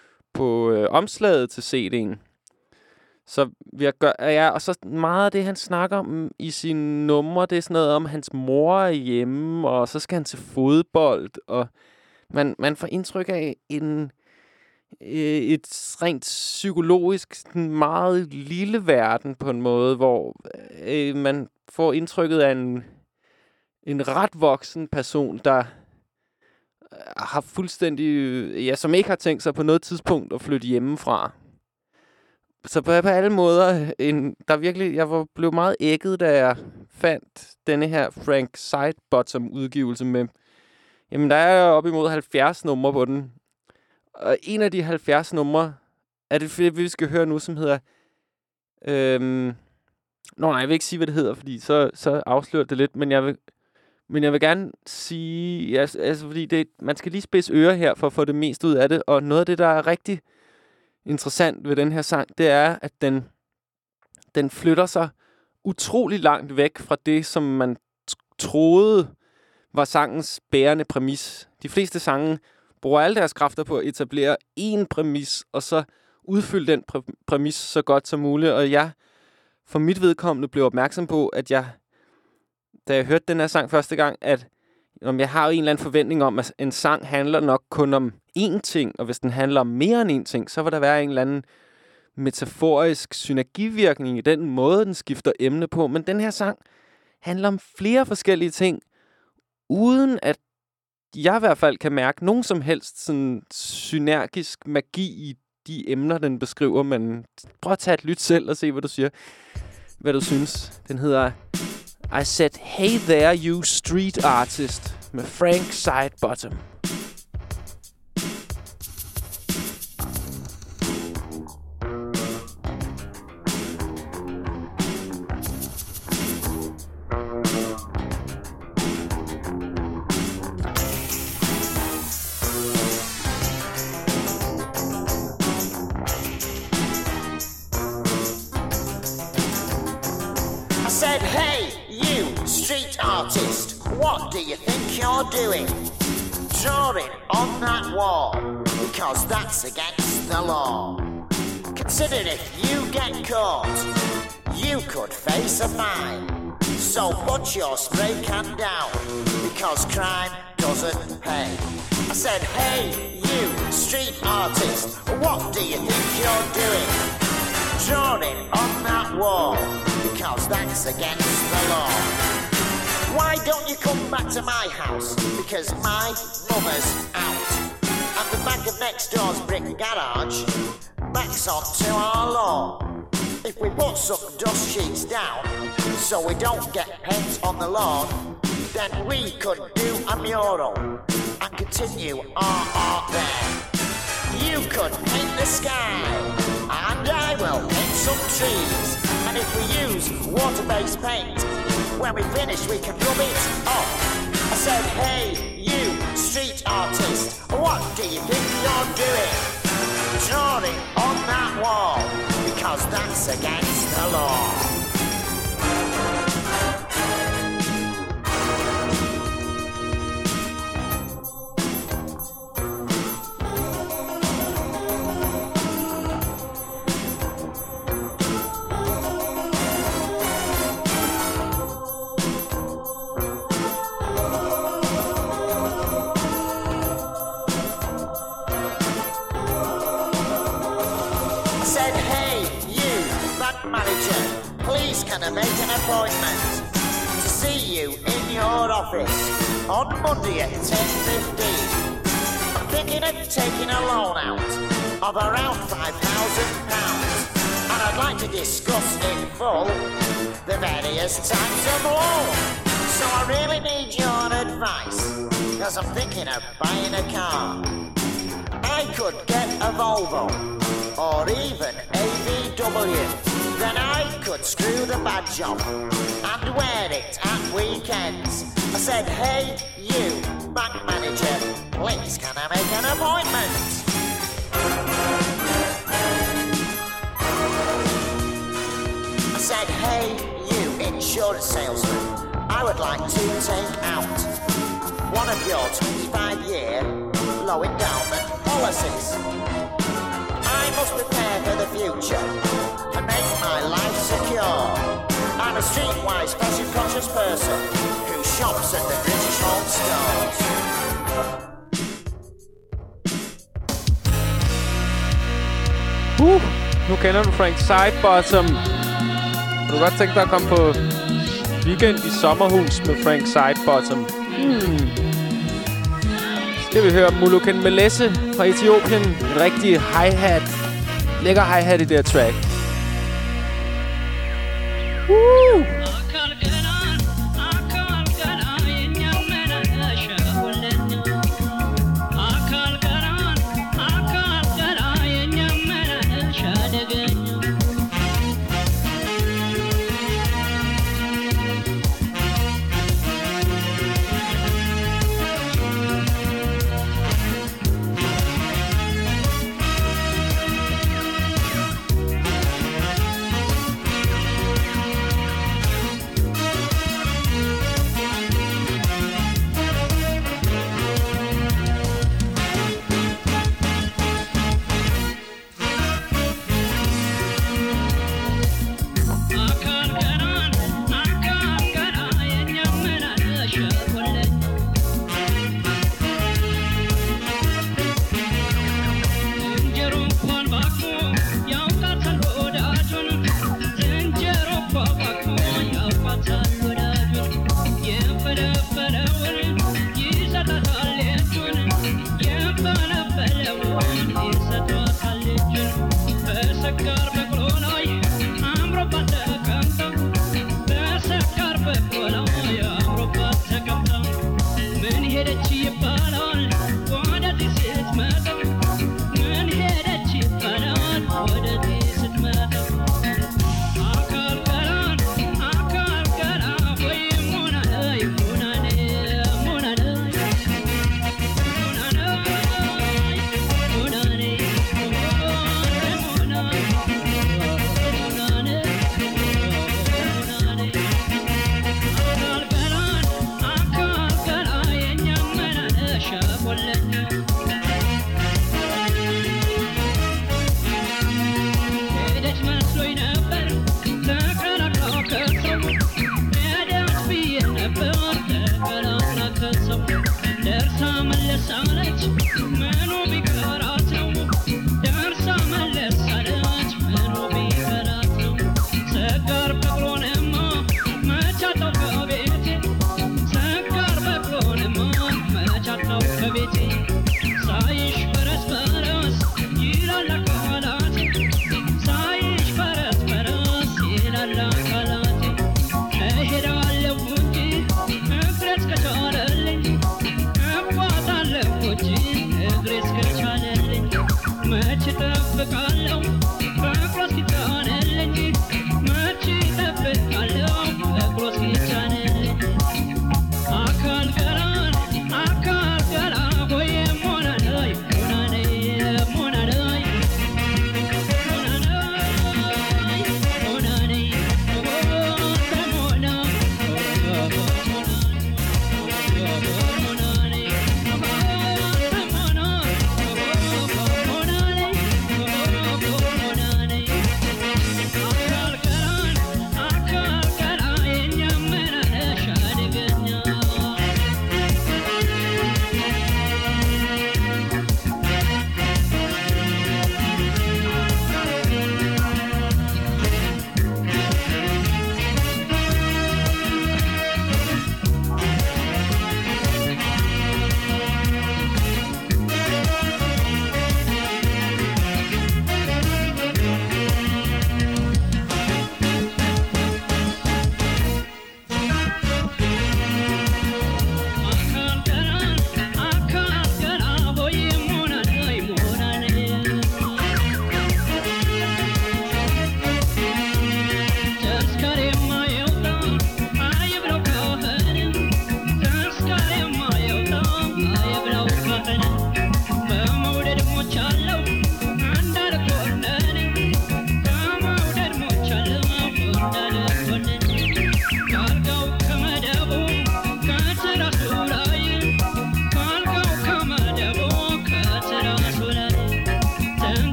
omslaget til CD'en. Så og så meget af det, han snakker om i sine numre, det er sådan noget om, hans mor er hjemme, og så skal han til fodbold, og man får indtryk af et rent psykologisk sådan meget lille verden på en måde, hvor man får indtrykket af en ret voksen person, der har fuldstændig, som ikke har tænkt sig på noget tidspunkt at flytte hjemmefra. Så på alle måder, jeg blev meget ægget, da jeg fandt denne her Frank Sidebottom udgivelse med, jamen der er op imod 70 numre på den. Og en af de 70 numre er det, vi skal høre nu, som hedder... jeg vil ikke sige, hvad det hedder, fordi så afslører det lidt, men jeg vil gerne sige, altså fordi man skal lige spidse ører her, for at få det mest ud af det, og noget af det, der er rigtig interessant ved den her sang, det er, at den flytter sig utrolig langt væk fra det, som man troede var sangens bærende præmis. De fleste sange bruger alle deres kræfter på at etablere én præmis, og så udfylde den præmis så godt som muligt. Og jeg, for mit vedkommende, blev opmærksom på, at da jeg hørte den her sang første gang, at jeg har jo en eller anden forventning om, at en sang handler nok kun om én ting, og hvis den handler om mere end én ting, så vil der være en eller anden metaforisk synergivirkning i den måde, den skifter emne på. Men den her sang handler om flere forskellige ting, uden at jeg i hvert fald kan mærke nogen som helst sådan synergisk magi i de emner, den beskriver. Men prøv at tage et lyt selv og se, hvad du synes. Den hedder I Said Hey There You Street Artist med Frank Sidebottom. What do you think you're doing? Drawing on that wall, because that's against the law. Consider if you get caught, you could face a fine. So put your spray can down, because crime doesn't pay. I said, hey, you street artist, what do you think you're doing? Drawing on that wall, because that's against the law. Why don't you come back to my house? Because my mother's out. And the back of next door's brick garage backs onto our lawn. If we put some dust sheets down so we don't get paint on the lawn, then we could do a mural and continue our art there. You could paint the sky and I will paint some trees. And if we use water-based paint, when we finish, we can rub it off. I said, hey, you street artist, what do you think you're doing? Drawing on that wall, because that's against the law. Manager, please can I make an appointment to see you in your office on Monday at 10:15. I'm thinking of taking a loan out of around £5,000 and I'd like to discuss in full the various types of loan. So I really need your advice, because I'm thinking of buying a car. I could get a Volvo or even a VW. Then I could screw the badge on and wear it at weekends. I said, hey, you, bank manager, please can I make an appointment? I said, hey, you, insurance salesman, I would like to take out one of your 25-year low endowment policies. I must prepare for the future and make my life secure. I'm a streetwise, fashion-conscious person who shops at the British Home Stores. Nu kender du Frank Sidebottom. Kan du godt tænke dig at komme på weekend i sommerhus med Frank Sidebottom? Skal vi høre Muluken Melesse fra Etiopien. En rigtig hi-hat. Lækker hi-hat i det her track.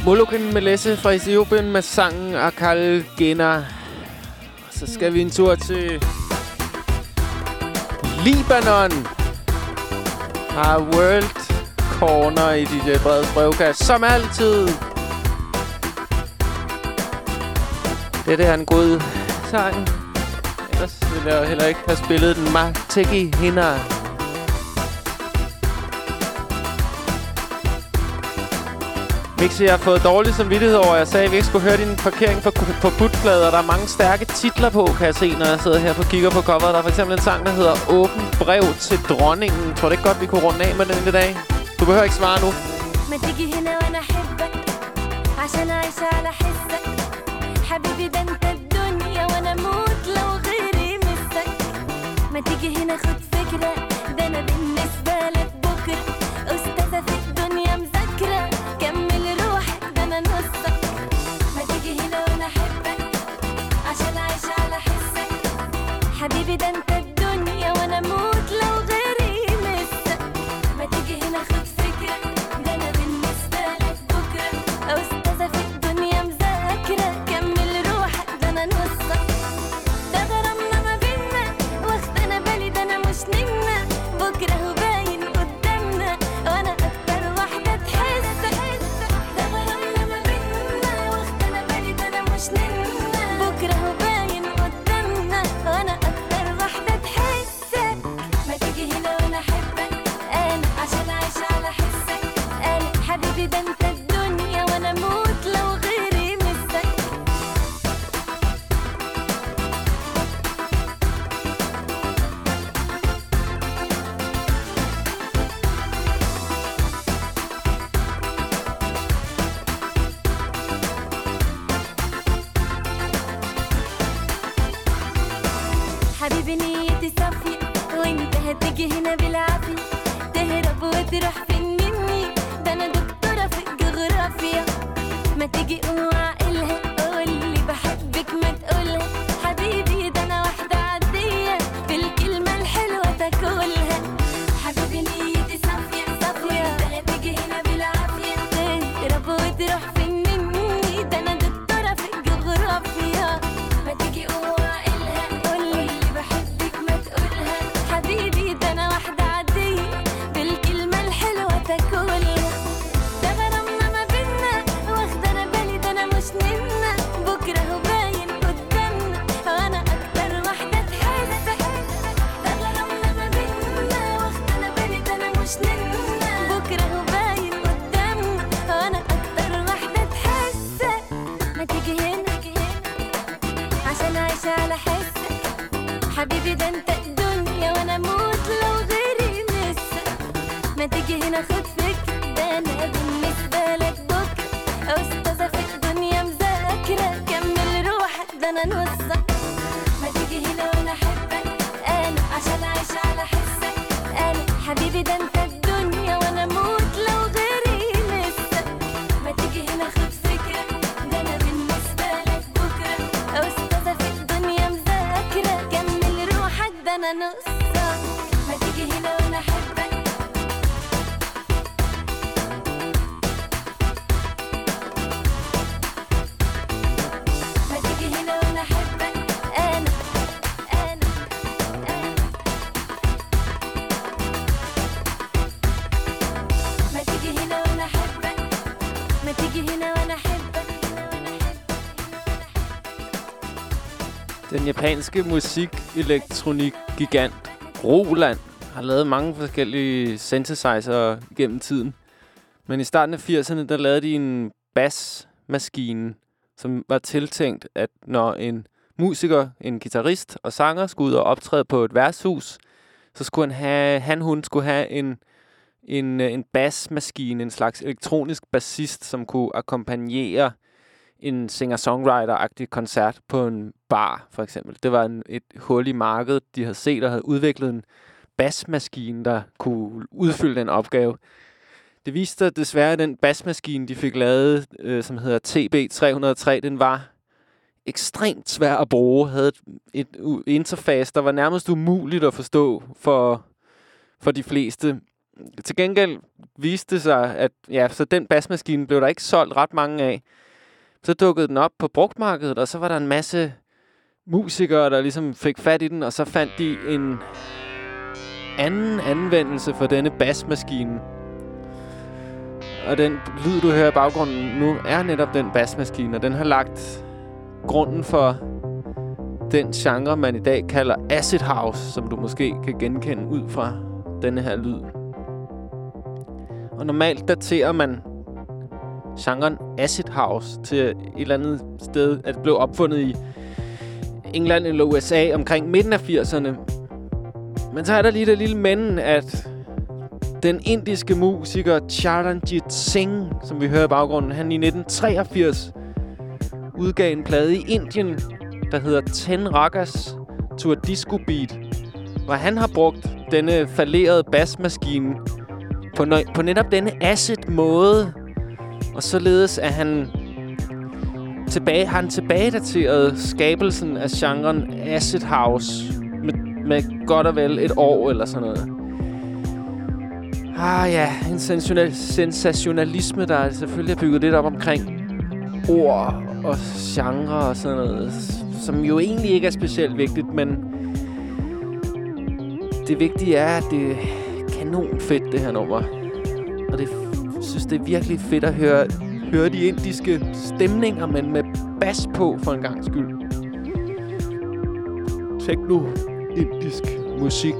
Moloken Melesse fra Etiopien med sangen Akal Gena. Så skal vi en tur til Libanon. Har World Corner i DJ Breds brevkasse, som altid. Det er en god sang. Ellers ville jeg heller ikke have spillet den. Mateki Hina. Mixi, jeg har fået dårlig samvittighed over, jeg sagde, at vi ikke skulle høre din parkering på putplader. Der er mange stærke titler på, kan jeg se, når jeg sidder her og kigger på coveret. Der er for eksempel en sang, der hedder Åben brev til dronningen. Tror du ikke godt, vi kunne runde af med den i dag? Du behøver ikke svare nu. حبيبي ده انت الدنيا وانا اموت لو غيري مسك ما تيجي هنا خد فكرة ده انا بالنسبة لك بكرة استاذة في الدنيا مذاكرة كمل روحك ده انا نصك ما تيجي هنا وانا احبك عشان عايش على حسك حبيبي ده انت الدنيا وانا اموت لو غيري مسك ما تيجي هنا خد فكرة ده انا بالنسبة لك بكرة استاذة في الدنيا مذاكرة حبيبي نيتي صافية وانت هتيجي هنا بالعافية تهرب وتروح فين مني ده انا دكتورة في الجغرافيا ما تيجي قوم عقلها قولي بحبك ما تقولها حبيبي ده انا واحدة عادية بالكلمة الحلوة تاكلها حبيبي نيتي صافية صافية انت هتيجي هنا بالعافية تهرب وتروح فين مني ده انا دكتورة في الجغرافيا ما تيجي قوم حبيبي ده انا واحدة عادية بالكلمة الحلوة تاكلها ده غرامنا ما بينا واخدة انا بالي ده انا مش نمنا بكرة هو باين قدامنا وانا اكتر واحدة تحس ده غرامنا ما بينا واخدة انا بالي ده انا مش نمنا بكرة هو باين قدامنا وانا اكتر واحدة تحس ما تيجي هنا عشان عايشة على حسك حبيبي ده انت وانا اموت لو غيري مسك ما تيجي هنا خد فكرة ده انا بالنسبة لك بكرة استاذة في الدنيا مذاكرة كمل روحك ده انا نصك ما تيجي هنا وانا احبك انا عشان عايشة على حسك انا حبيبي ده انت الدنيا وانا اموت لو غيري مسك ما تيجي هنا خد فكرة ده انا بالنسبة لك بكرة استاذة في الدنيا مذاكرة كمل روحك ده انا نصك ما تيجي هنا وانا احبك ما تيجي هنا وانا احبك انا ما تيجي هنا وانا احبك ما تيجي هنا وانا احبك Den japanske musik-elektronik-gigant Roland har lavet mange forskellige synthesizer gennem tiden. Men i starten af 80'erne, der lavede de en bassmaskine, som var tiltænkt, at når en musiker, en guitarist og sanger skulle ud og optræde på et værtshus, så skulle hun skulle have en bassmaskine, en slags elektronisk bassist, som kunne akkompagnere en singer-songwriter-agtig koncert på en bar, for eksempel. Det var et hul i markedet, de havde set og havde udviklet en bassmaskine, der kunne udfylde den opgave. Det viste sig desværre, at den bassmaskine, de fik lavet, som hedder TB303, den var ekstremt svær at bruge. Havde et interface, der var nærmest umuligt at forstå for de fleste. Til gengæld viste det sig, at så den basmaskine blev der ikke solgt ret mange af. Så dukkede den op på brugtmarkedet, og så var der en masse musikere, der ligesom fik fat i den, og så fandt de en anden anvendelse for denne basmaskine. Og den lyd, du hører i baggrunden nu, er netop den basmaskine, og den har lagt grunden for den genre, man i dag kalder acid house, som du måske kan genkende ud fra denne her lyd. Og normalt daterer man genren acid house til et eller andet sted, at det blev opfundet i England eller USA omkring midten af 80'erne. Men så er der lige det lille men, at den indiske musiker Charanjit Singh, som vi hører i baggrunden, han i 1983 udgav en plade i Indien, der hedder 10 Ragas to a Disco Beat, hvor han har brugt denne fallerede basmaskine på netop denne acid måde, og således at han tilbagedateret skabelsen af genren acid house med godt og vel et år eller sådan noget. En sensationalisme, der selvfølgelig er bygget lidt op omkring ord og genre og sådan noget, som jo egentlig ikke er specielt vigtigt, men det vigtige er, at det er kanon fedt, det her nummer. Og det synes, det er virkelig fedt at høre de indiske stemninger, men med bas på for en gang skyld. Techno-indisk musik.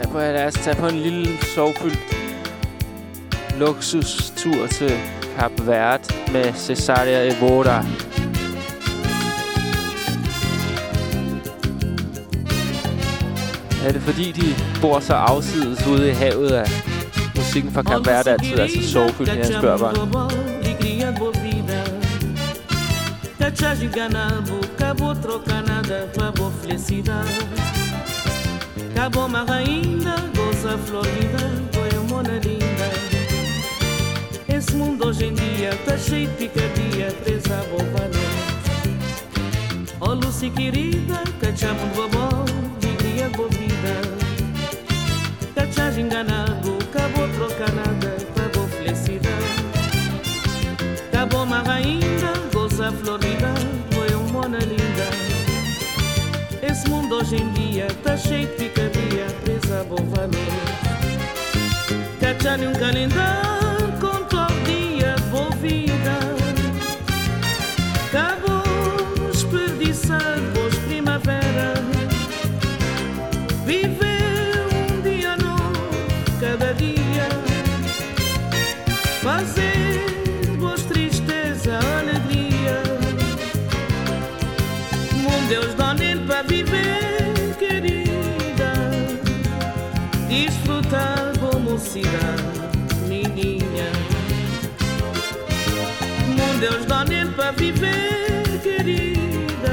skulle jeg lade os tage på en lille sorgfyldt luksustur til Kap Verde med Cesaria Evora. Er det fordi, de bor så afsides ude i havet af musikken fra Kap Verde altid er så sorgfyldt, når jeg spørger bare? Cabo Marrainda, goza florida, foi mona linda. Esse mundo hoje em dia tá cheio de picardia, presa a bom valor. Oh Lucy querida, cachamo de bobó, alegria boa vida. Cachas enganado, cabo trocar nada, cabo felicidade. Cabo Marrainda, goza florida, foi mona linda. Esse mundo hoje em dia tá cheio de picardia, presa a bom valor. Cachar-lhe calendário com todo dia, boa vida. Cabo desperdiçar boas primavera. Viver dia novo, cada dia. Fazer boas tristeza, alegria. Mundo Deus dá nele para viver, querida. Desfrutar boa mocidade, menina. Mundo Deus dá nele para viver, querida.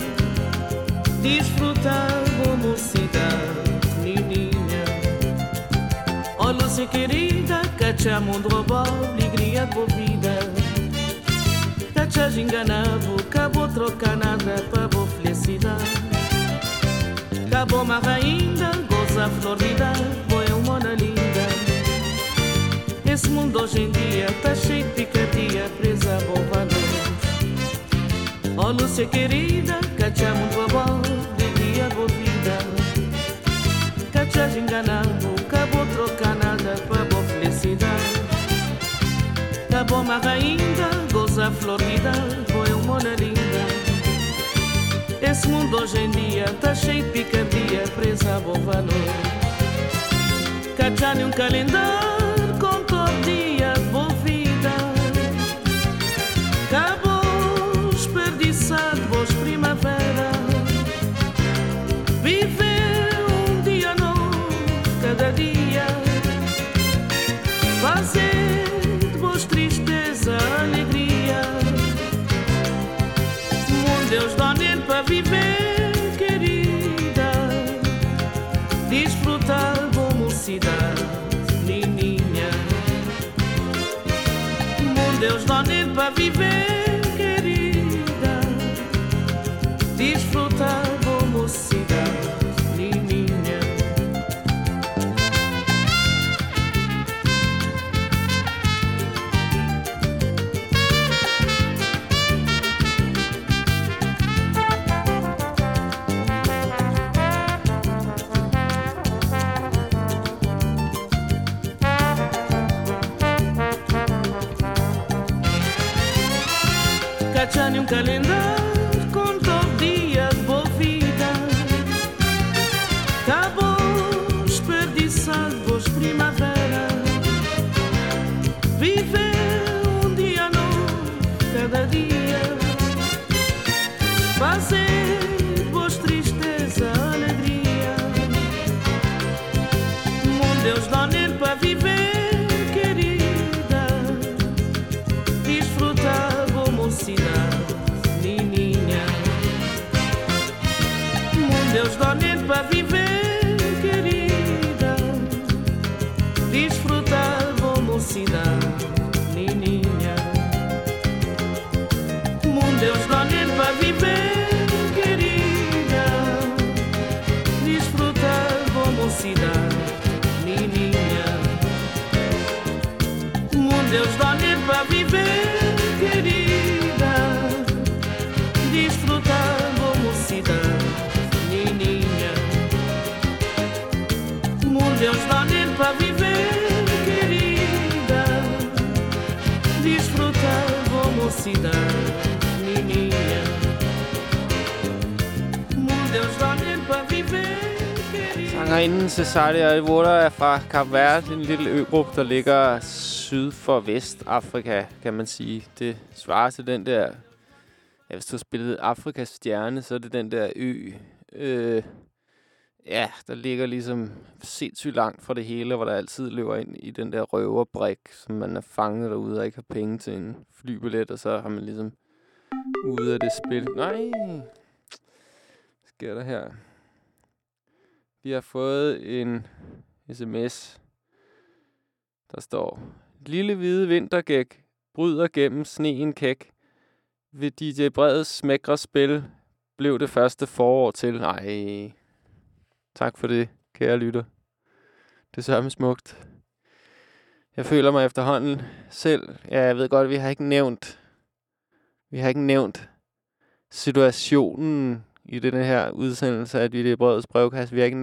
Desfrutar boa mocidade, menina. Oh, Lúcia querida, cacha mundo robô, alegria de boa vida. Cachas enganado, acabou trocar nada para boa felicidade. Acabou Marrainda, goza florida, foi mona linda. Esse mundo hoje em dia tá cheio de picardia, presa a bom valor. Oh Lúcia querida, cachamos bobó, de dia boa vida. Cachas enganado, acabou trocar nada para boa felicidade. Acabou Marrainda, goza florida, foi mona linda. Esse mundo hoje em dia tá cheio de picardia, presa a bom valor. Cachar-lhe calendário com todo dia de boa vida. Acabou desperdiçar boas primavera. Viver dia novo, cada dia. Fazer boas tristeza, alegria. Mundo Deus dá nele para viver, querida. Desfrutar boa mocidade, menina. Mundo Deus dá nele para viver, querida. Desfrutar boa mocidade, menina. Cachar-lhe calendário com todo dia de boa vida. Acabou desperdiçar boas primavera. Viver dia novo, cada dia. Fazer boas tristeza, alegria. Mundo Deus dá nele para viver, querida. Desfrutar boa mocidade, menina. Mundo Deus dá nele para viver, querida. Desfrutar boa mocidade, menina. Mundo Deus dá nele para viver, querida. Desfrutar boa mocidade, menina. Mundo Deus dá nele para viver, querida. Desfrutar boa mocidade, menina. Mundo Deus dá nele para viver, querida. Desfrutar boa mocidade, menina. Mundo Deus dá nele para viver, querida. Sangerinde Cesaria Evora er fra Kap Verde, en lille øgruppe, der ligger syd for Vestafrika, kan man sige. Det svarer til den der... Ja, hvis du har spillet Afrikas Stjerne, så er det den der ø. Ja, der ligger ligesom sindssygt langt fra det hele, hvor der altid løber ind i den der røverbrik, som man er fanget derude og ikke har penge til en flybillet, og så har man ligesom ude af det spil. Nej! Hvad sker der her? Vi har fået en sms, der står: Lille hvide vintergæk bryder gennem sneen kæk. Ved DJ Breds smækre spil blev det første forår til. Nej. Tak for det, kære lytter. Det er sørme smukt. Jeg føler mig efterhånden selv. Ja, jeg ved godt, vi har ikke nævnt situationen i denne her udsendelse af DJ Breds brevkasse. Vi har ikke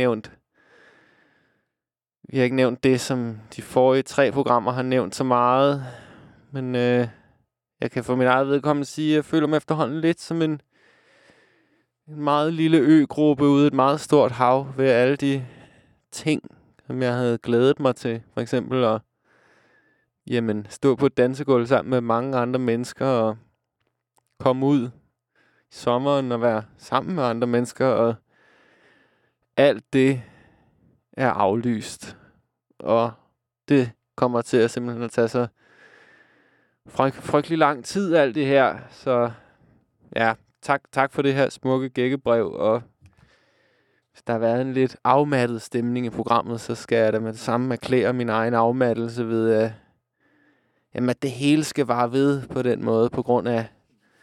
nævnt det, som de forrige 3 programmer har nævnt så meget. Men jeg kan for mit eget vedkommende sige, at jeg føler mig efterhånden lidt som en meget lille øgruppe ude i et meget stort hav ved alle de ting, som jeg havde glædet mig til. For eksempel at stå på et dansegulv sammen med mange andre mennesker og komme ud i sommeren og være sammen med andre mennesker. Og alt det er aflyst. Og det kommer til at simpelthen at tage sig frygtelig lang tid, alt det her. Så ja, tak for det her smukke gækkebrev. Og hvis der har været en lidt afmattet stemning i programmet, så skal jeg da med det samme erklære min egen afmattelse ved, at det hele skal vare ved på den måde, på grund af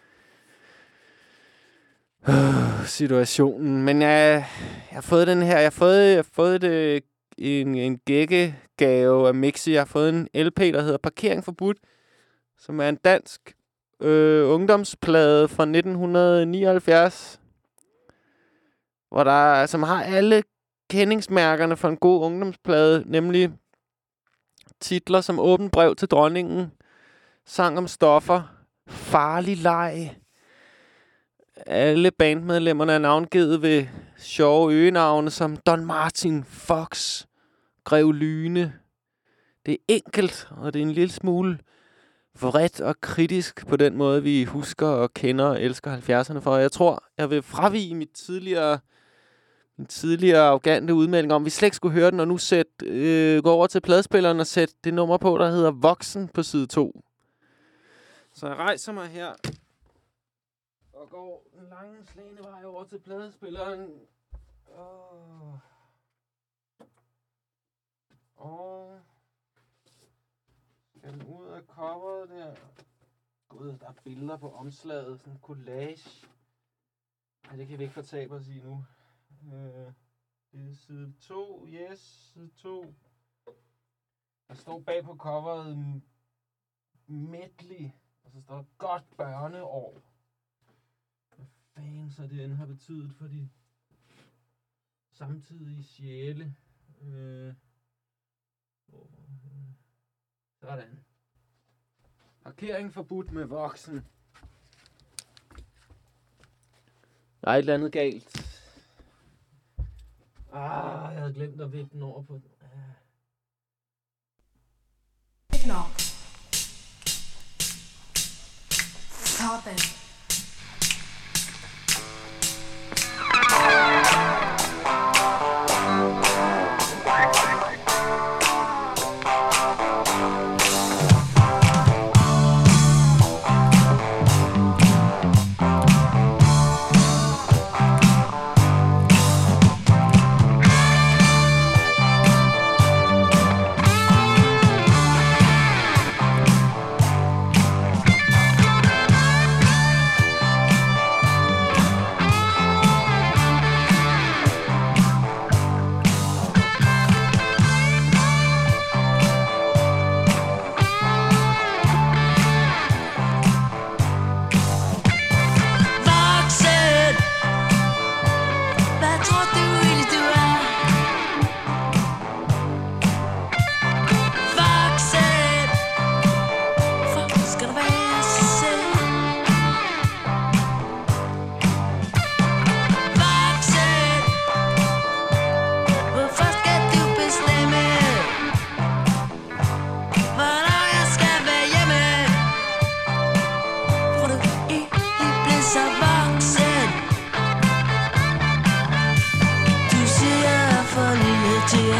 situationen. Men jeg har fået den her, jeg har fået en gækkegave af Mixi. Jeg har fået en LP, der hedder Parkering Forbudt, som er en dansk ungdomsplade fra 1979, hvor som har alle kendingsmærkerne for en god ungdomsplade, nemlig titler som Åbent brev til dronningen, Sang om stoffer, Farlig leg. Alle bandmedlemmerne er navngivet ved sjove øgenavne som Don Martin, Fox, Grev Lyne. Det er enkelt, og det er en lille smule vredt og kritisk på den måde, vi husker og kender og elsker 70'erne for. Jeg tror, jeg vil fravige min tidligere arrogante udmelding om, vi slet ikke skulle høre den, og nu gå over til pladespilleren og sætte det nummer på, der hedder Voksen på side 2. Så jeg rejser mig her og går en lang slagende vej over til pladespilleren. Og skal den ud af coveret der. Gud, der er billeder på omslaget. Sådan en collage. Ej, det kan vi ikke fortabe os i nu. Det er side 2. Yes, side 2. Der står bag på coveret medley. Og så står der godt børneår. Hvad fanden så det end har betydet for de samtidige sjæle. Sådan. Parkering forbudt med voksen. Der er et eller andet galt. Jeg havde glemt at vippe den over på den. Nok. Toppen.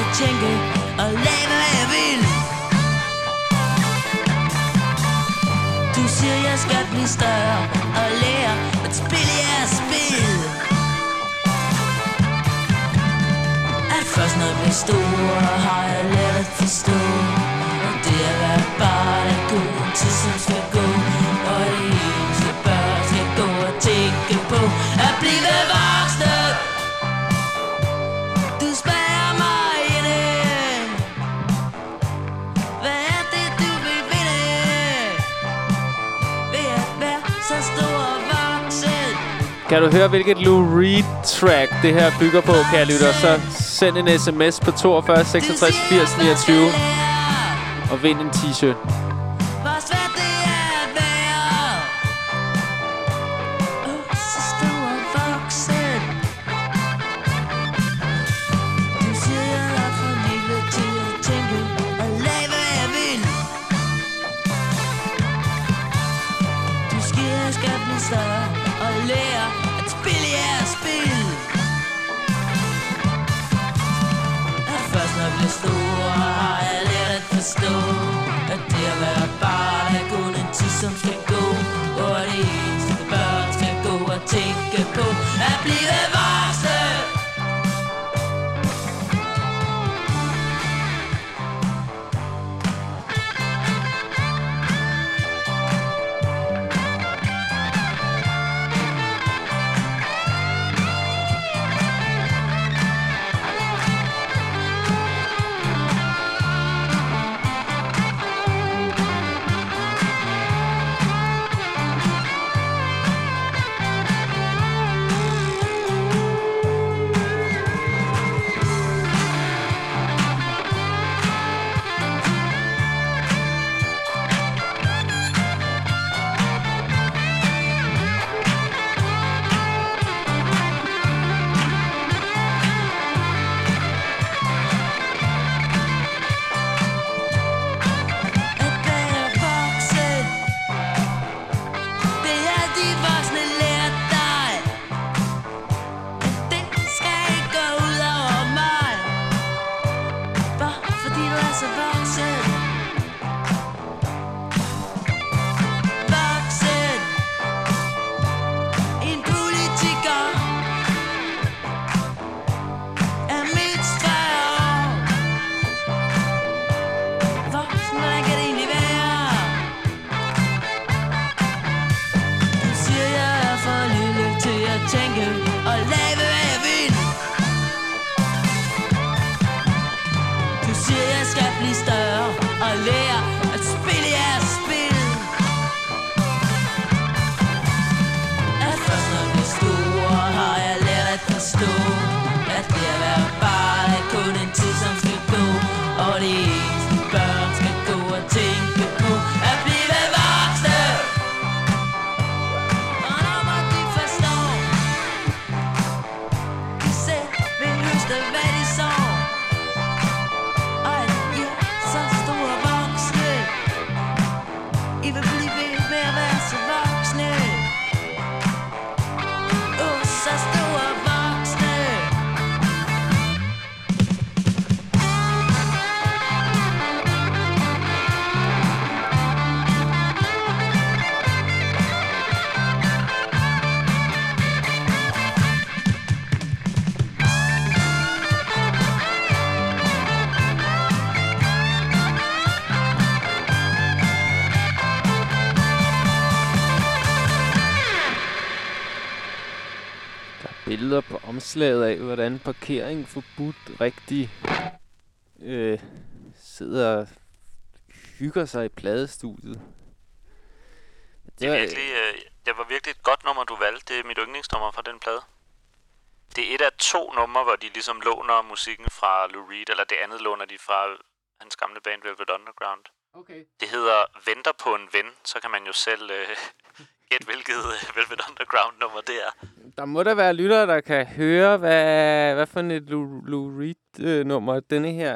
at tænke og lave hvad jeg vil. Du siger jeg skal blive større og lære at spille jeres spil. At først når jeg bliver stor har jeg lært at forstå, og det er at være barn er god til som skal gå. Og det eneste børn skal gå og tænke på at blive voksne. Du spørger mig igen, hvad er det du vil vinde ved at være så stor og voksen? Kan du høre, hvilket Lou Reed-track det her bygger på, kære lytter? Så send en sms på 42 66 80 29 og vind en t-shirt. Hvor svært det er at være så stor og voksen. Du siger jeg er for lille til at tænke og lave hvad jeg vil. Du siger jeg skal blive større og lære at spille jeres spil. At først når jeg bliver stor har jeg lært at forstå, at det at være barn er kun en tid som skal gå. Og det eneste børn skal gå og tænke på at blive voksne. Billeder på omslaget af, hvordan parkering forbudt rigtig sidder og hygger sig i pladestudiet. Det var virkelig et godt nummer, du valgte. Det er mit yndlingsnummer fra den plade. Det er et af 2 numre, hvor de ligesom låner musikken fra Lou Reed, eller det andet låner de fra hans gamle band Velvet Underground. Okay. Det hedder Venter på en ven, så kan man jo selv gætte, hvilket Velvet Underground-nummer det er. Der må der være lyttere, der kan høre, hvad for et Lou Reed-nummer denne her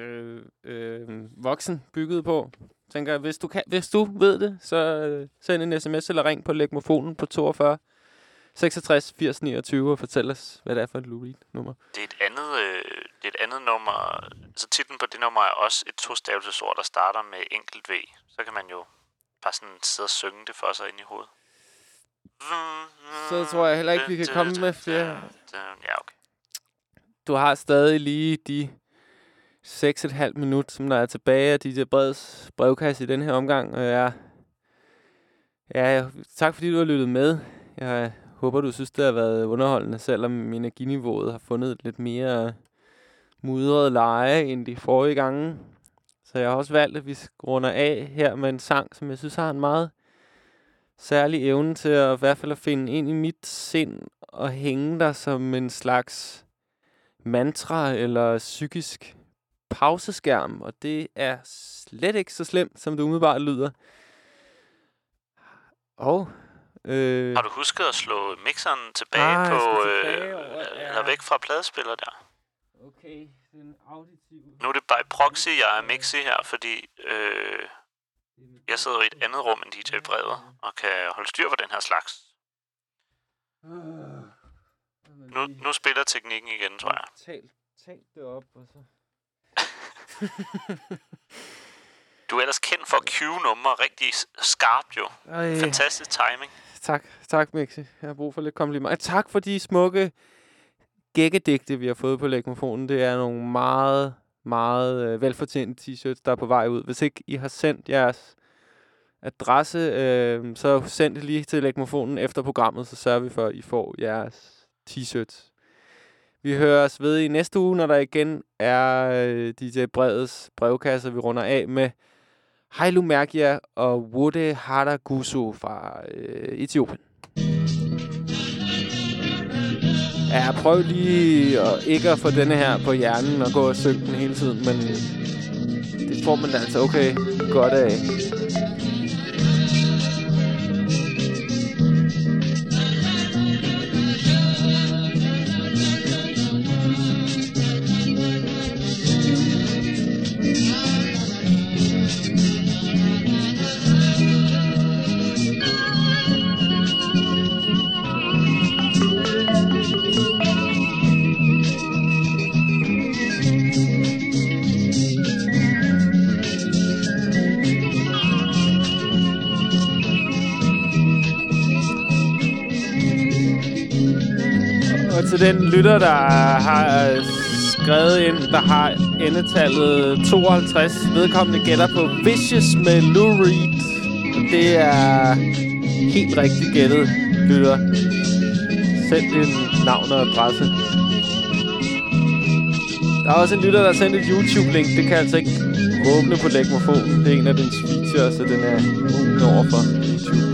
voksen byggede på. Tænker jeg, hvis du ved det, så send en sms eller ring på Legmofonen på 42 66 80 29 og fortæl os, hvad det er for et Lou Reed-nummer. Det er et andet nummer. Så titlen på det nummer er også et tostavelsesord, der starter med enkelt V. Så kan man jo bare sådan sidde og synge det for sig ind i hovedet. Så tror jeg heller ikke, vi kan komme med flere. Ja, okay. Du har stadig lige de 6,5 minutter, som der er tilbage af DJ Breds brevkasse i den her omgang. Og tak fordi du har lyttet med. Jeg håber, du synes, det har været underholdende, selvom energiniveauet har fundet et lidt mere mudret leje end de forrige gange. Så jeg har også valgt, at vi runder af her med en sang, som jeg synes har en meget særlig evne til at i hvert fald at finde ind i mit sind og hænge der som en slags mantra eller psykisk pauseskærm. Og det er slet ikke så slemt, som det umiddelbart lyder. Har du husket at slå mixeren tilbage eller væk fra pladespiller der? Okay, den auditive. Nu er det bare proxy, jeg er mixi her, fordi jeg sidder i et andet rum end DJ Brede og kan holde styr på den her slags. Nu spiller teknikken igen, tror jeg. Tal det op, og så... Du er ellers kendt for at cue numre rigtig skarpt, jo. Fantastisk timing. Tak, Mixi. Jeg har brug for lidt kompliment. Tak for de smukke gækkedigte, vi har fået på Legmofonen. Det er nogle meget, meget velfortjente t-shirts, der er på vej ud. Hvis ikke I har sendt jeres adresse, så send det lige til Legmofonen efter programmet, så sørger vi for, at I får jeres t-shirts. Vi høres ved i næste uge, når der igen er DJ Breds brevkasse, vi runder af med Hailu Mergia og Wode Haragusu fra Etiopien. Ja, prøv lige ikke at få denne her på hjernen og gå og synge den hele tiden, men det får man altså okay godt af. Og til den lytter, der har skrevet ind, der har endetallet 52, vedkommende gætter på Vicious med Lou Reed. Og det er helt rigtigt gættet, lytter. Send din navn og adresse. Der er også en lytter, der har sendt et YouTube-link. Det kan altså ikke åbne på Legmofonen. Det er en af dens features, så den er åben over for YouTube.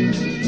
ting.